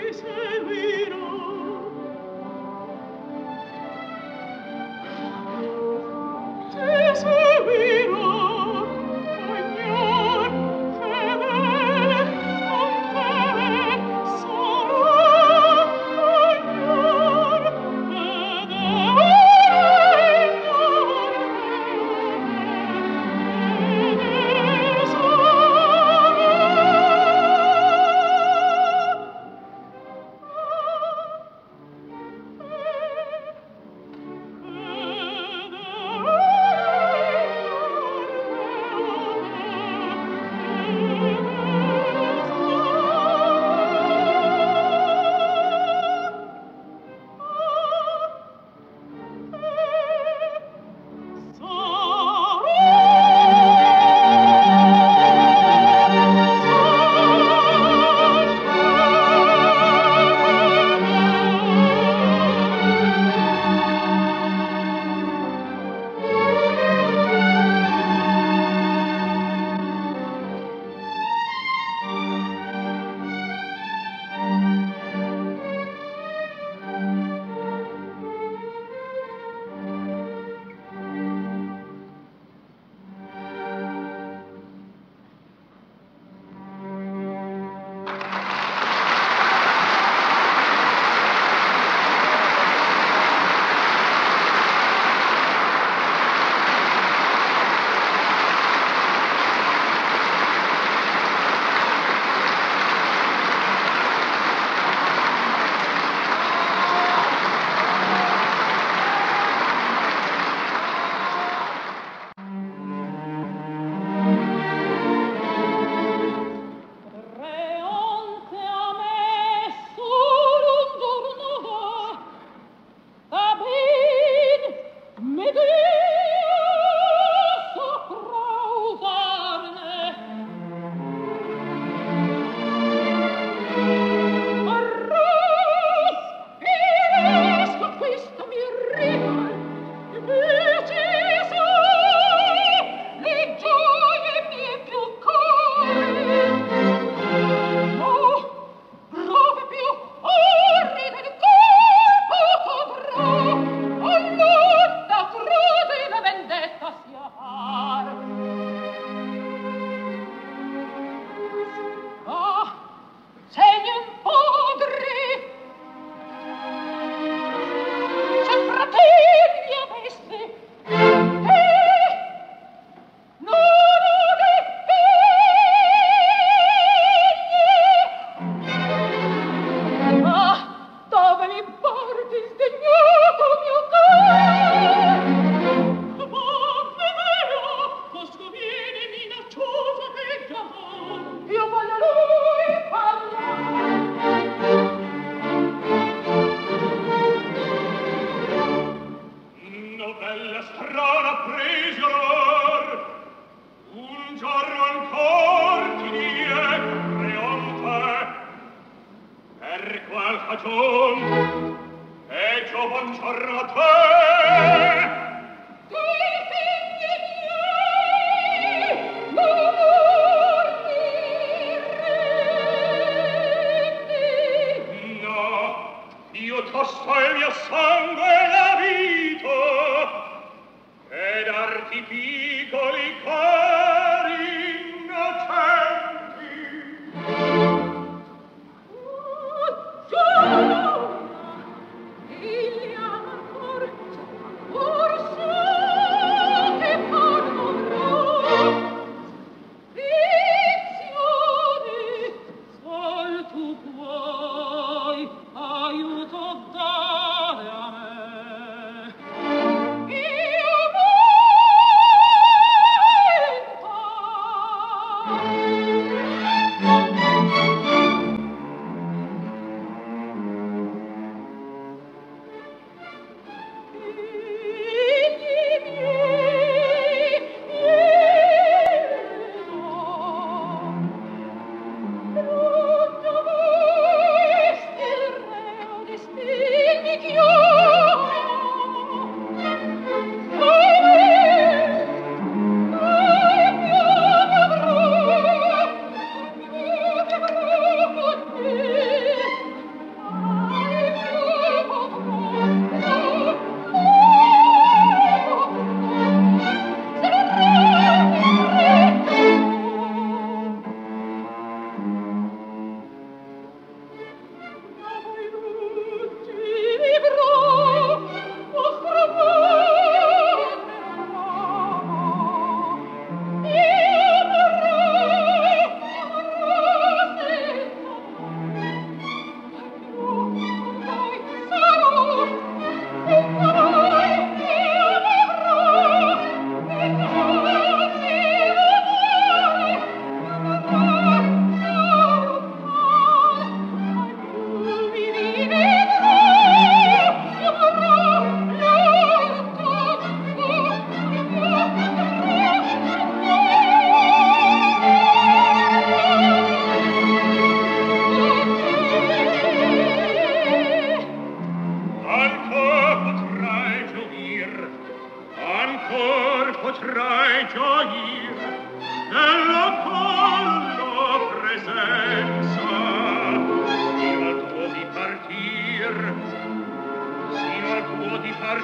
Il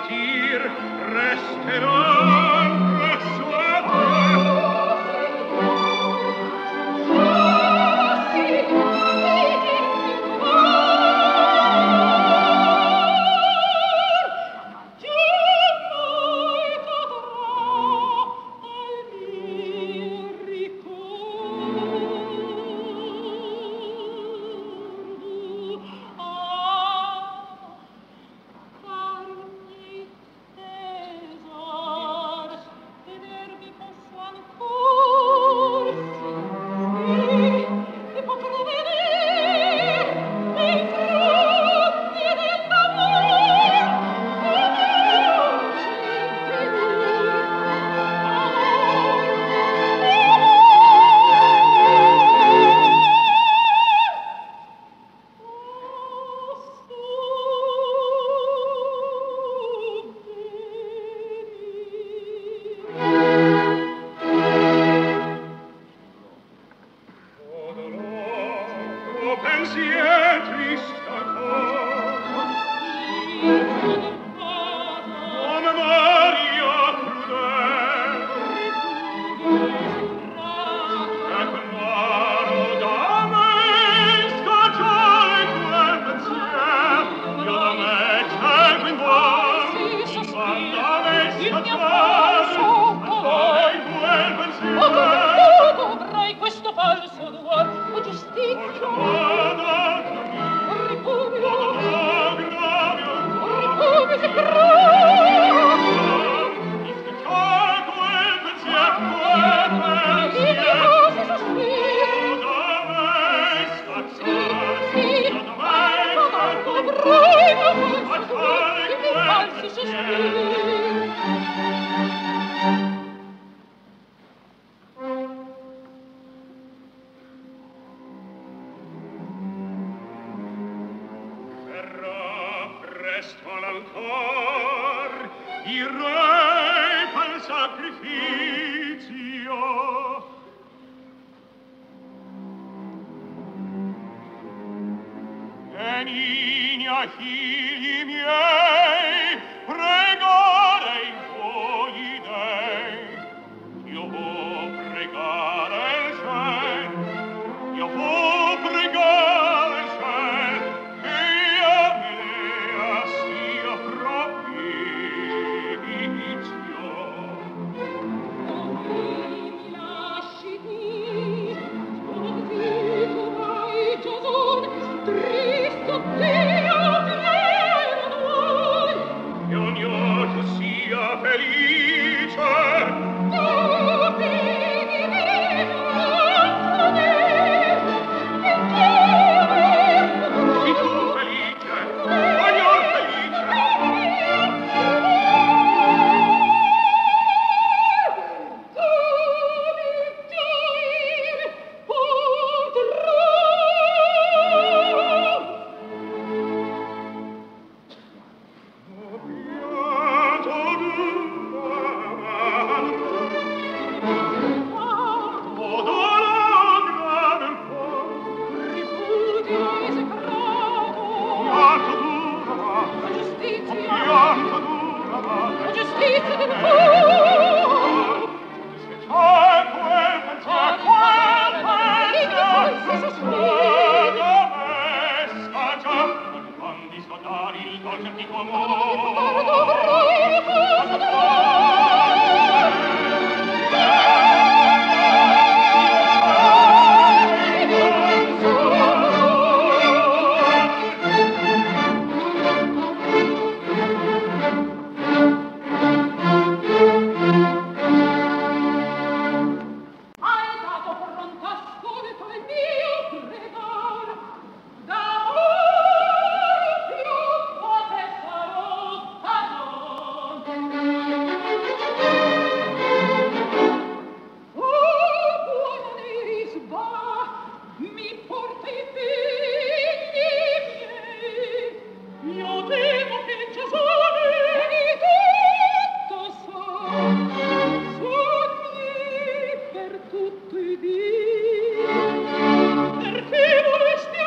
partir resteran persuadere.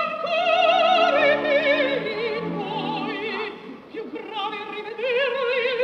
Rivederli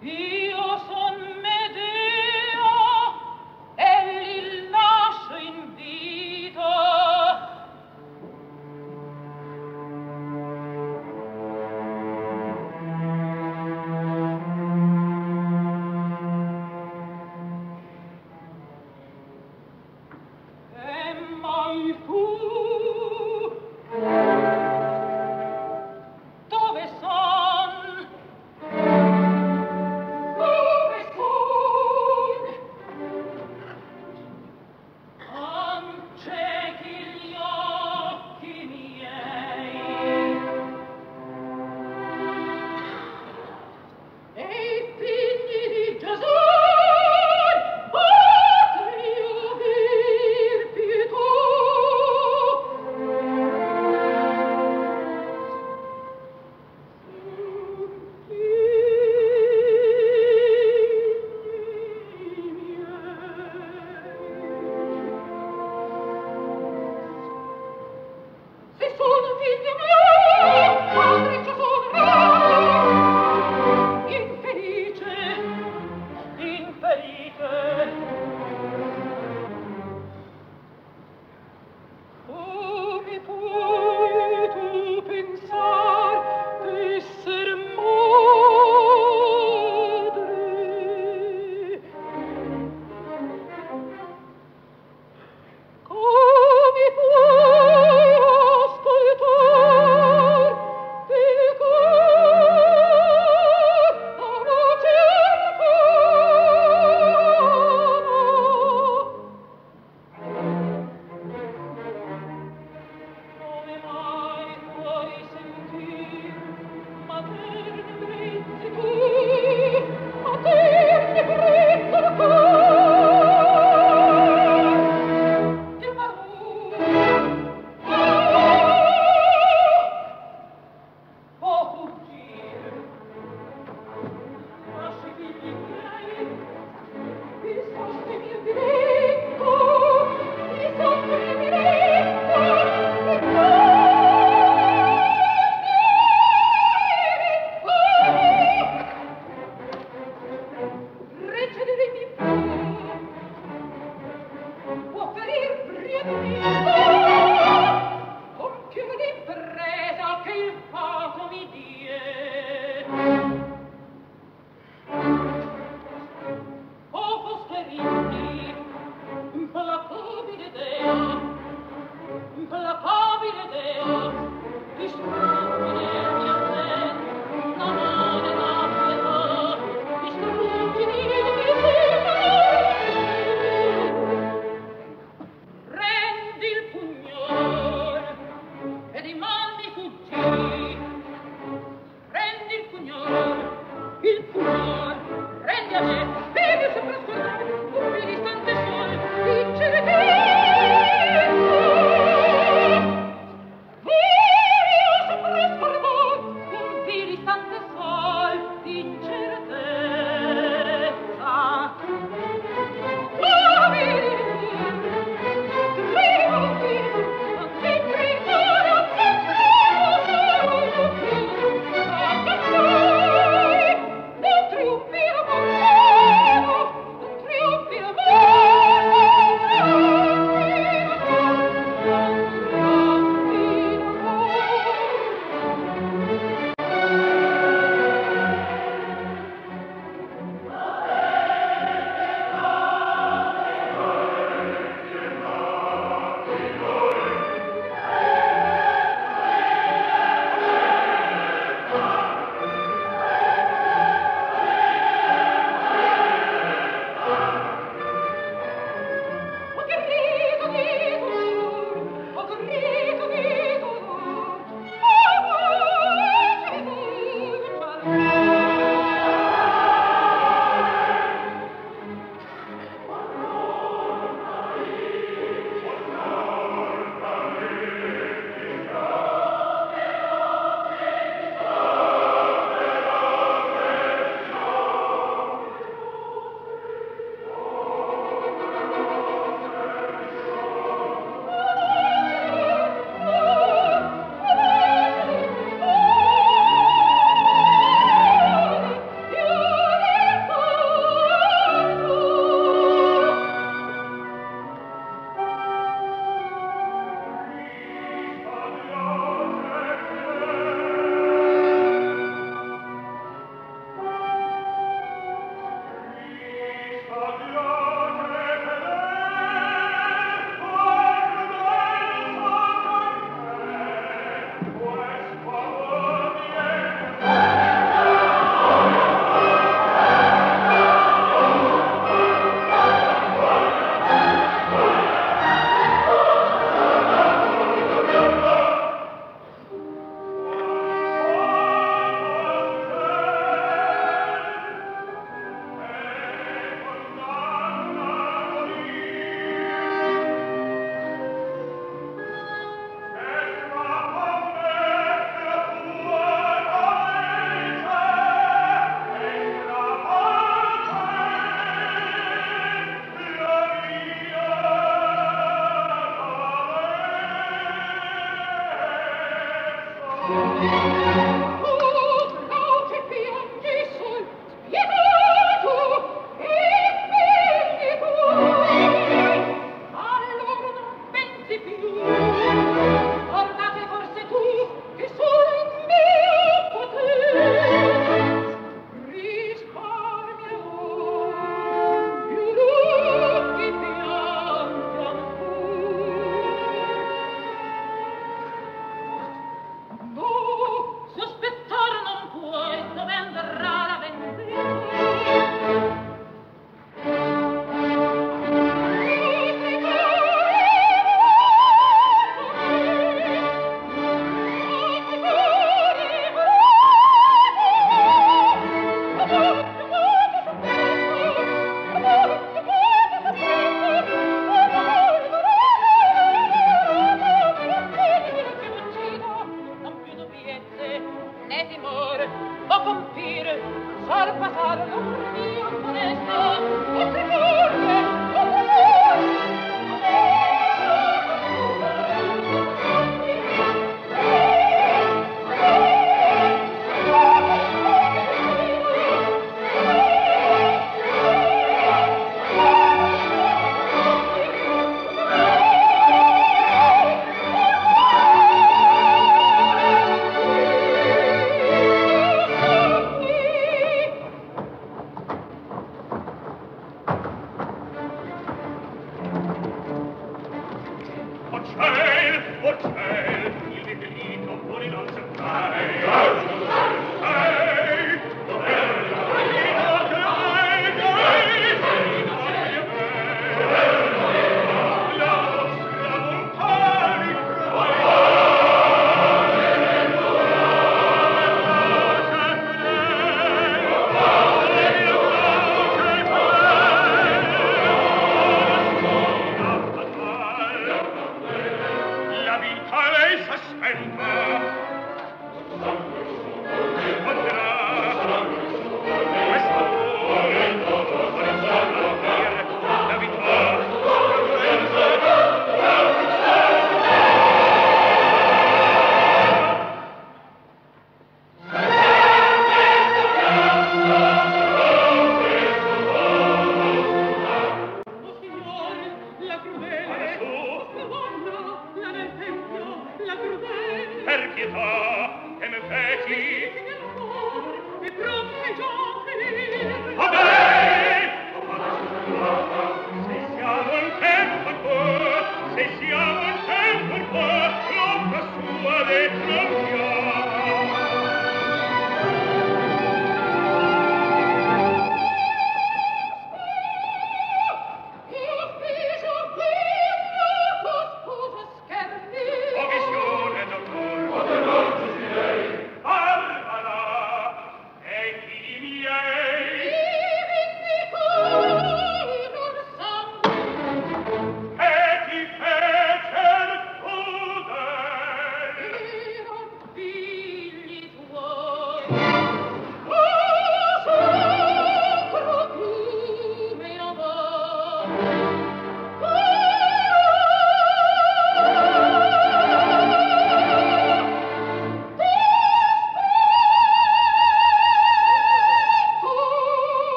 Io son Medea, egli nasce in vita. E mai fu? Dove son?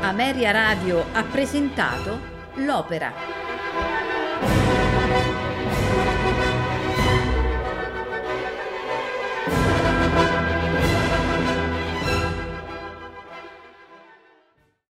Ameria Radio ha presentato l'opera.